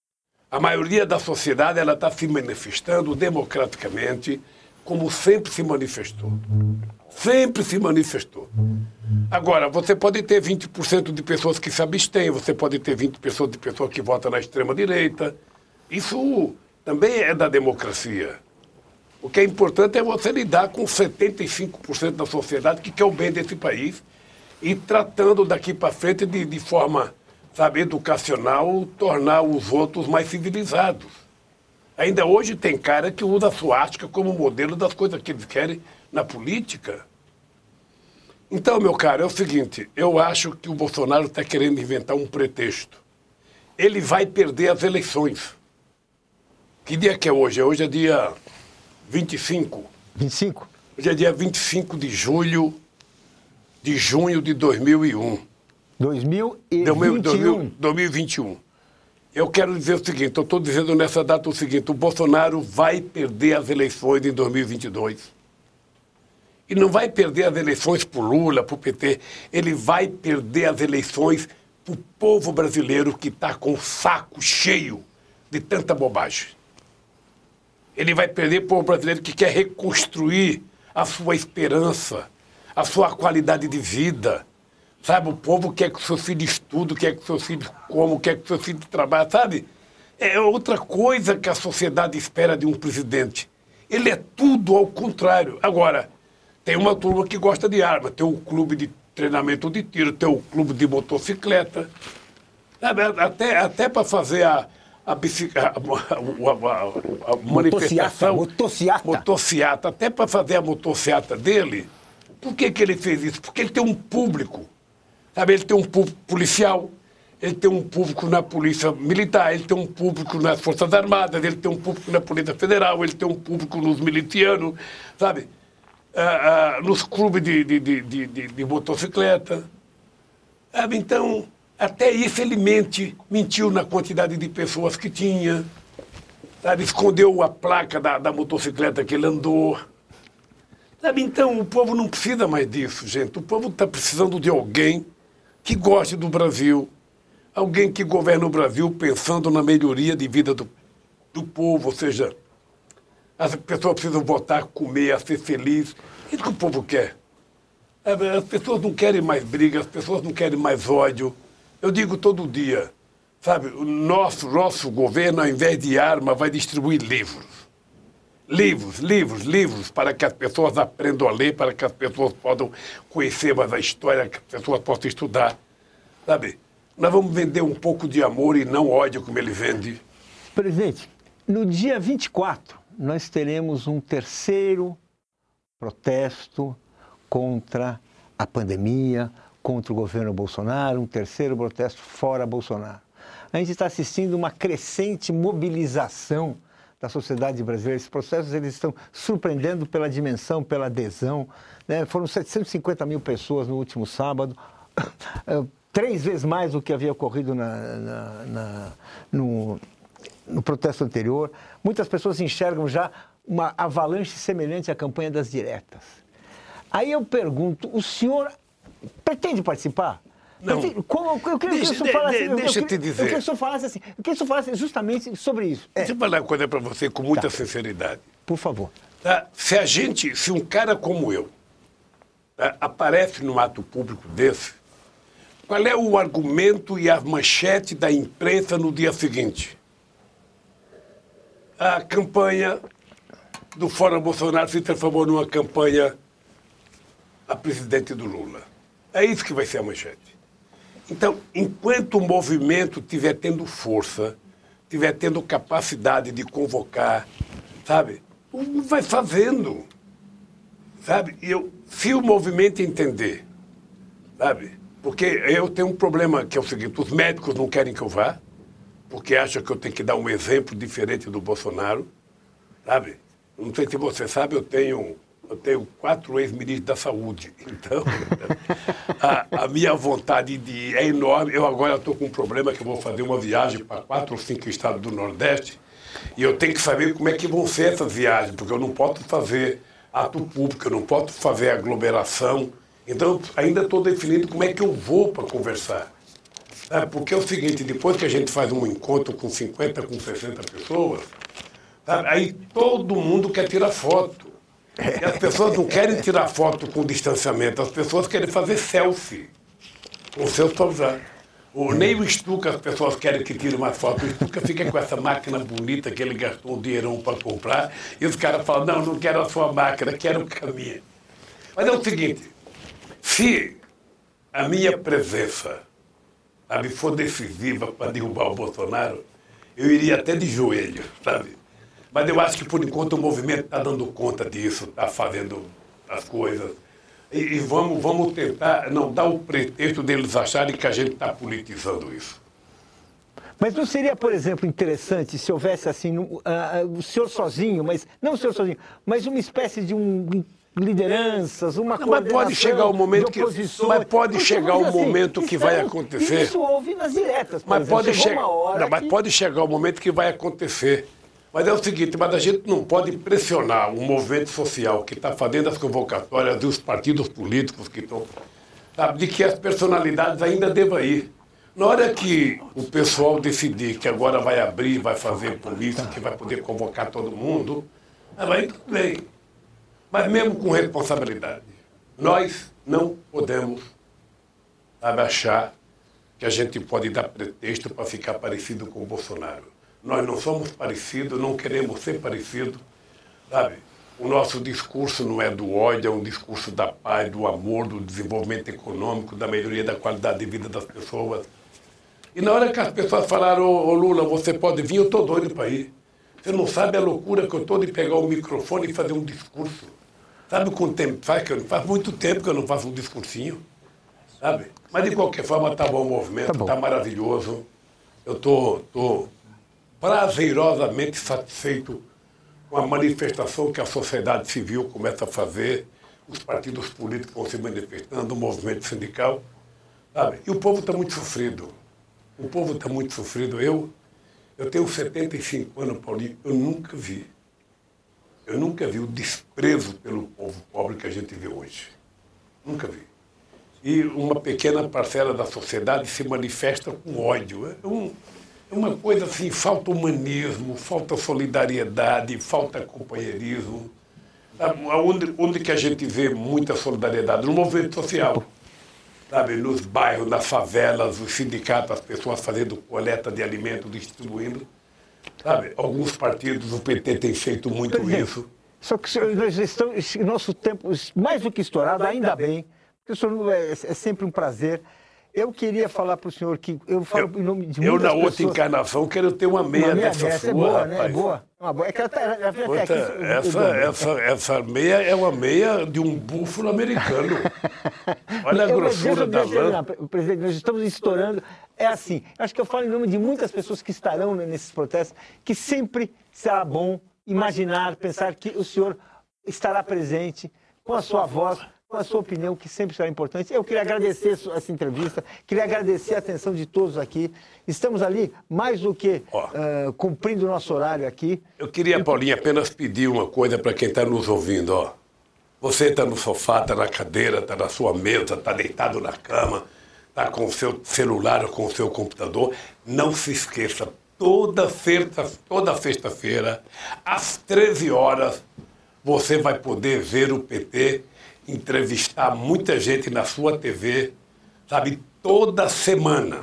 A maioria da sociedade ela está se manifestando democraticamente, como sempre se manifestou. Sempre se manifestou. Agora, você pode ter 20% de pessoas que se abstêm, você pode ter 20% de pessoas que votam na extrema-direita. Isso também é da democracia. O que é importante é você lidar com 75% da sociedade que quer o bem desse país e tratando daqui para frente de forma, sabe, educacional, tornar os outros mais civilizados. Ainda hoje tem cara que usa a suástica como modelo das coisas que eles querem na política. Então, meu caro, é o seguinte, eu acho que o Bolsonaro está querendo inventar um pretexto. Ele vai perder as eleições. Que dia que é hoje? Hoje é dia 25. 25? Hoje é dia 25 de junho de 2001. 2021. Eu quero dizer o seguinte, eu estou dizendo nessa data o seguinte, o Bolsonaro vai perder as eleições em 2022. E não vai perder as eleições por Lula, por PT, ele vai perder as eleições para o povo brasileiro que está com o saco cheio de tanta bobagem. Ele vai perder para o povo brasileiro que quer reconstruir a sua esperança, a sua qualidade de vida. Sabe, o povo quer que seus filhos estudem, quer que seus filhos comam, quer que seus filhos trabalhem, sabe? É outra coisa que a sociedade espera de um presidente. Ele é tudo ao contrário. Agora, tem uma turma que gosta de arma, tem o clube de treinamento de tiro, tem o clube de motocicleta. Sabe? Até para fazer a manifestação... Motociata. Até para fazer a motociata dele, por que ele fez isso? Porque ele tem um público. Sabe, ele tem um público policial, ele tem um público na polícia militar, ele tem um público nas Forças Armadas, ele tem um público na Polícia Federal, ele tem um público nos milicianos, sabe? Nos clubes de motocicleta. Sabe? Então, até isso ele mentiu na quantidade de pessoas que tinha, sabe? Escondeu a placa da motocicleta que ele andou. Sabe? Então, o povo não precisa mais disso, gente. O povo está precisando de alguém que goste do Brasil, alguém que governa o Brasil pensando na melhoria de vida do povo, ou seja, as pessoas precisam votar, comer, ser feliz. Isso que o povo quer. As pessoas não querem mais briga, as pessoas não querem mais ódio. Eu digo todo dia, sabe, o nosso governo, ao invés de arma, vai distribuir livros. Livros, para que as pessoas aprendam a ler, para que as pessoas possam conhecer mais a história, que as pessoas possam estudar. Sabe? Nós vamos vender um pouco de amor e não ódio como ele vende. Presidente, no dia 24, nós teremos um terceiro protesto contra a pandemia, contra o governo Bolsonaro, um terceiro protesto fora Bolsonaro. A gente está assistindo uma crescente mobilização da sociedade brasileira. Esses processos eles estão surpreendendo pela dimensão, pela adesão. Né? Foram 750 mil pessoas no último sábado, 3 vezes mais do que havia ocorrido no protesto anterior. Muitas pessoas enxergam já uma avalanche semelhante à campanha das diretas. Aí eu pergunto, o senhor pretende participar? Não. Eu queria que o senhor falasse... Deixa eu te dizer. Eu queria que o senhor falasse assim. Eu queria que o senhor falasse justamente sobre isso. Deixa eu falar uma coisa para você com muita sinceridade. Por favor. Tá? Se um cara como eu aparece num ato público desse, qual é o argumento e a manchete da imprensa no dia seguinte? A campanha do Fora Bolsonaro se transformou numa campanha a presidente do Lula. É isso que vai ser a manchete. Então, enquanto o movimento estiver tendo força, estiver tendo capacidade de convocar, sabe, vai fazendo, sabe? Se o movimento entender, sabe, porque eu tenho um problema que é o seguinte, os médicos não querem que eu vá, porque acham que eu tenho que dar um exemplo diferente do Bolsonaro, sabe? Não sei se você sabe, eu tenho 4 ex-ministros da saúde. Então, a minha vontade é enorme. Eu agora estou com um problema que eu vou fazer uma viagem para 4 ou 5 estados do Nordeste e eu tenho que saber como é que vão ser essas viagens, porque eu não posso fazer ato público, eu não posso fazer aglomeração. Então, ainda estou definindo como é que eu vou para conversar. Sabe? Porque é o seguinte, depois que a gente faz um encontro com 50, com 60 pessoas, sabe? Aí todo mundo quer tirar foto. E as pessoas não querem tirar foto com distanciamento, as pessoas querem fazer selfie com seus celular. Nem o Stuka as pessoas querem que tire uma foto. O Stuka fica com essa máquina bonita que ele gastou um dinheirão para comprar e os caras falam, não quero a sua máquina, quero a minha. Mas é o seguinte, se a minha presença, sabe, for decisiva para derrubar o Bolsonaro, eu iria até de joelho, sabe? Mas eu acho que, por enquanto, o movimento está dando conta disso, está fazendo as coisas. E vamos tentar não dar o pretexto deles acharem que a gente está politizando isso. Mas não seria, por exemplo, interessante se houvesse assim, o senhor sozinho, mas não o senhor sozinho, mas uma espécie de lideranças, uma coisa. Mas pode chegar o momento que vai acontecer. Isso houve nas diretas, mas pode chegar o momento que vai acontecer. Mas é o seguinte, mas a gente não pode pressionar o movimento social que está fazendo as convocatórias dos partidos políticos que estão, sabe, de que as personalidades ainda devam ir. Na hora que o pessoal decidir que agora vai abrir, vai fazer polícia, que vai poder convocar todo mundo, aí tudo bem. Mas mesmo com responsabilidade, nós não podemos, sabe, achar que a gente pode dar pretexto para ficar parecido com o Bolsonaro. Nós não somos parecidos, não queremos ser parecidos, sabe? O nosso discurso não é do ódio, é um discurso da paz, do amor, do desenvolvimento econômico, da melhoria da qualidade de vida das pessoas. E na hora que as pessoas falaram, ô Lula, você pode vir, eu estou doido para ir. Você não sabe a loucura que eu estou de pegar o microfone e fazer um discurso. Sabe quanto tempo faz? Faz muito tempo que eu não faço um discursinho, sabe? Mas de qualquer forma está bom o movimento, está maravilhoso. Eu estou prazerosamente satisfeito com a manifestação que a sociedade civil começa a fazer, os partidos políticos vão se manifestando, o movimento sindical, sabe? E o povo está muito sofrido. O povo está muito sofrido. Eu tenho 75 anos, Paulinho, eu nunca vi o desprezo pelo povo pobre que a gente vê hoje. Nunca vi. E uma pequena parcela da sociedade se manifesta com ódio. É uma coisa assim, falta humanismo, falta solidariedade, falta companheirismo. Sabe? Onde que a gente vê muita solidariedade? No movimento social. Sabe? Nos bairros, nas favelas, os sindicatos, as pessoas fazendo coleta de alimentos, distribuindo. Sabe? Alguns partidos, o PT tem feito muito isso. Só que nós estamos, nosso tempo, mais do que estourado, ainda bem, porque o senhor é sempre um prazer. Eu queria falar para o senhor que eu falo em nome de muitas pessoas. Eu, na outra encarnação, quero ter uma meia dessa sua, é boa, rapaz. Né? É boa. É que ela vem até aqui. Essa meia é uma meia de um búfalo americano. Olha a grossura da lã. Presidente, nós estamos estourando. É assim, acho que eu falo em nome de muitas pessoas que estarão nesses protestos, que sempre será bom imaginar, pensar que o senhor estará presente com a sua voz, com a sua opinião, que sempre será importante. Eu queria agradecer essa entrevista, queria agradecer a atenção de todos aqui. Estamos ali, mais do que cumprindo o nosso horário aqui. Eu queria, Paulinho, apenas pedir uma coisa para quem está nos ouvindo. Ó. Você está no sofá, está na cadeira, está na sua mesa, está deitado na cama, está com o seu celular ou com o seu computador. Não se esqueça, toda sexta-feira, às 13 horas, você vai poder ver o PT entrevistar muita gente na sua TV, sabe, toda semana,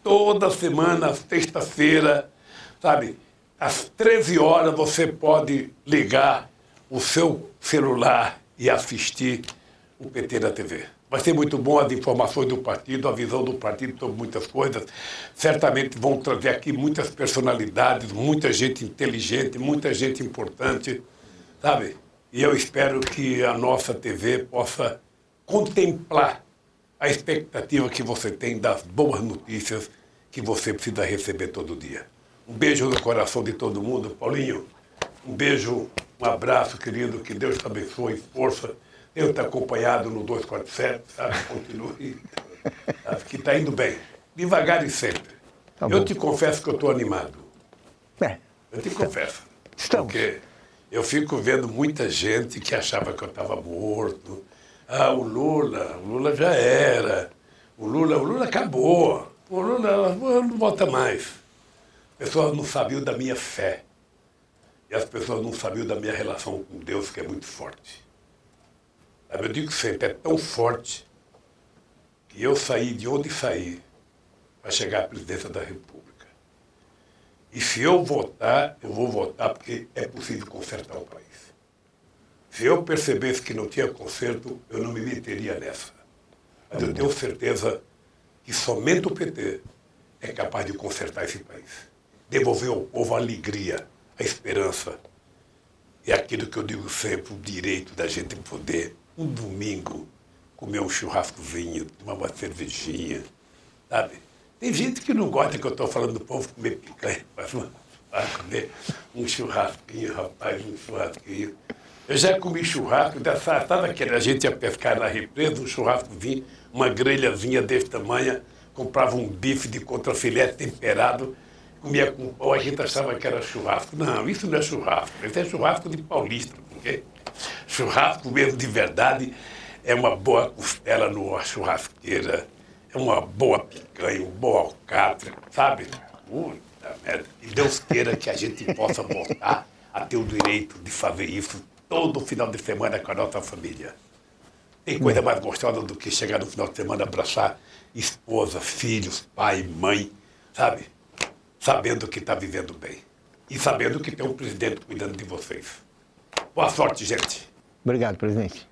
sexta-feira, sabe, às 13 horas você pode ligar o seu celular e assistir o PT na TV. Vai ser muito bom as informações do partido, a visão do partido sobre muitas coisas. Certamente vão trazer aqui muitas personalidades, muita gente inteligente, muita gente importante, sabe? E eu espero que a nossa TV possa contemplar a expectativa que você tem das boas notícias que você precisa receber todo dia. Um beijo no coração de todo mundo. Paulinho, um beijo, um abraço, querido. Que Deus te abençoe, força. Eu te acompanhado no 247, sabe? Continue. Sabe? Que está indo bem. Devagar e sempre. Tá, eu te confesso que eu estou animado. Eu te confesso. Estamos. Porque eu fico vendo muita gente que achava que eu estava morto. Ah, o Lula já era. O Lula acabou. O Lula não volta mais. As pessoas não sabiam da minha fé. E as pessoas não sabiam da minha relação com Deus, que é muito forte. Eu digo sempre, é tão forte que eu saí de onde saí para chegar à presidência da República. E se eu votar, eu vou votar porque é possível consertar o país. Se eu percebesse que não tinha conserto, eu não me meteria nessa. Mas eu tenho certeza que somente o PT é capaz de consertar esse país. Devolver ao povo a alegria, a esperança. E aquilo que eu digo sempre, o direito da gente poder, um domingo, comer um churrascozinho, tomar uma cervejinha, sabe? Tem gente que não gosta que eu estou falando do povo comer picanha, mas comer um churrasquinho, rapaz, um churrasquinho. Eu já comi churrasco, sabe que a gente ia pescar na represa, um churrascozinho, uma grelhazinha desse tamanho, comprava um bife de contrafilé temperado, comia com pão, a gente achava que era churrasco. Não, isso não é churrasco, isso é churrasco de paulista, porque churrasco mesmo de verdade é uma boa costela numa churrasqueira, é uma boa picanha, um bom alcatra, sabe? Puta merda. E Deus queira que a gente possa voltar a ter o direito de fazer isso todo final de semana com a nossa família. Tem coisa mais gostosa do que chegar no final de semana, abraçar esposa, filhos, pai, mãe, sabe? Sabendo que está vivendo bem. E sabendo que tem um presidente cuidando de vocês. Boa sorte, gente. Obrigado, presidente.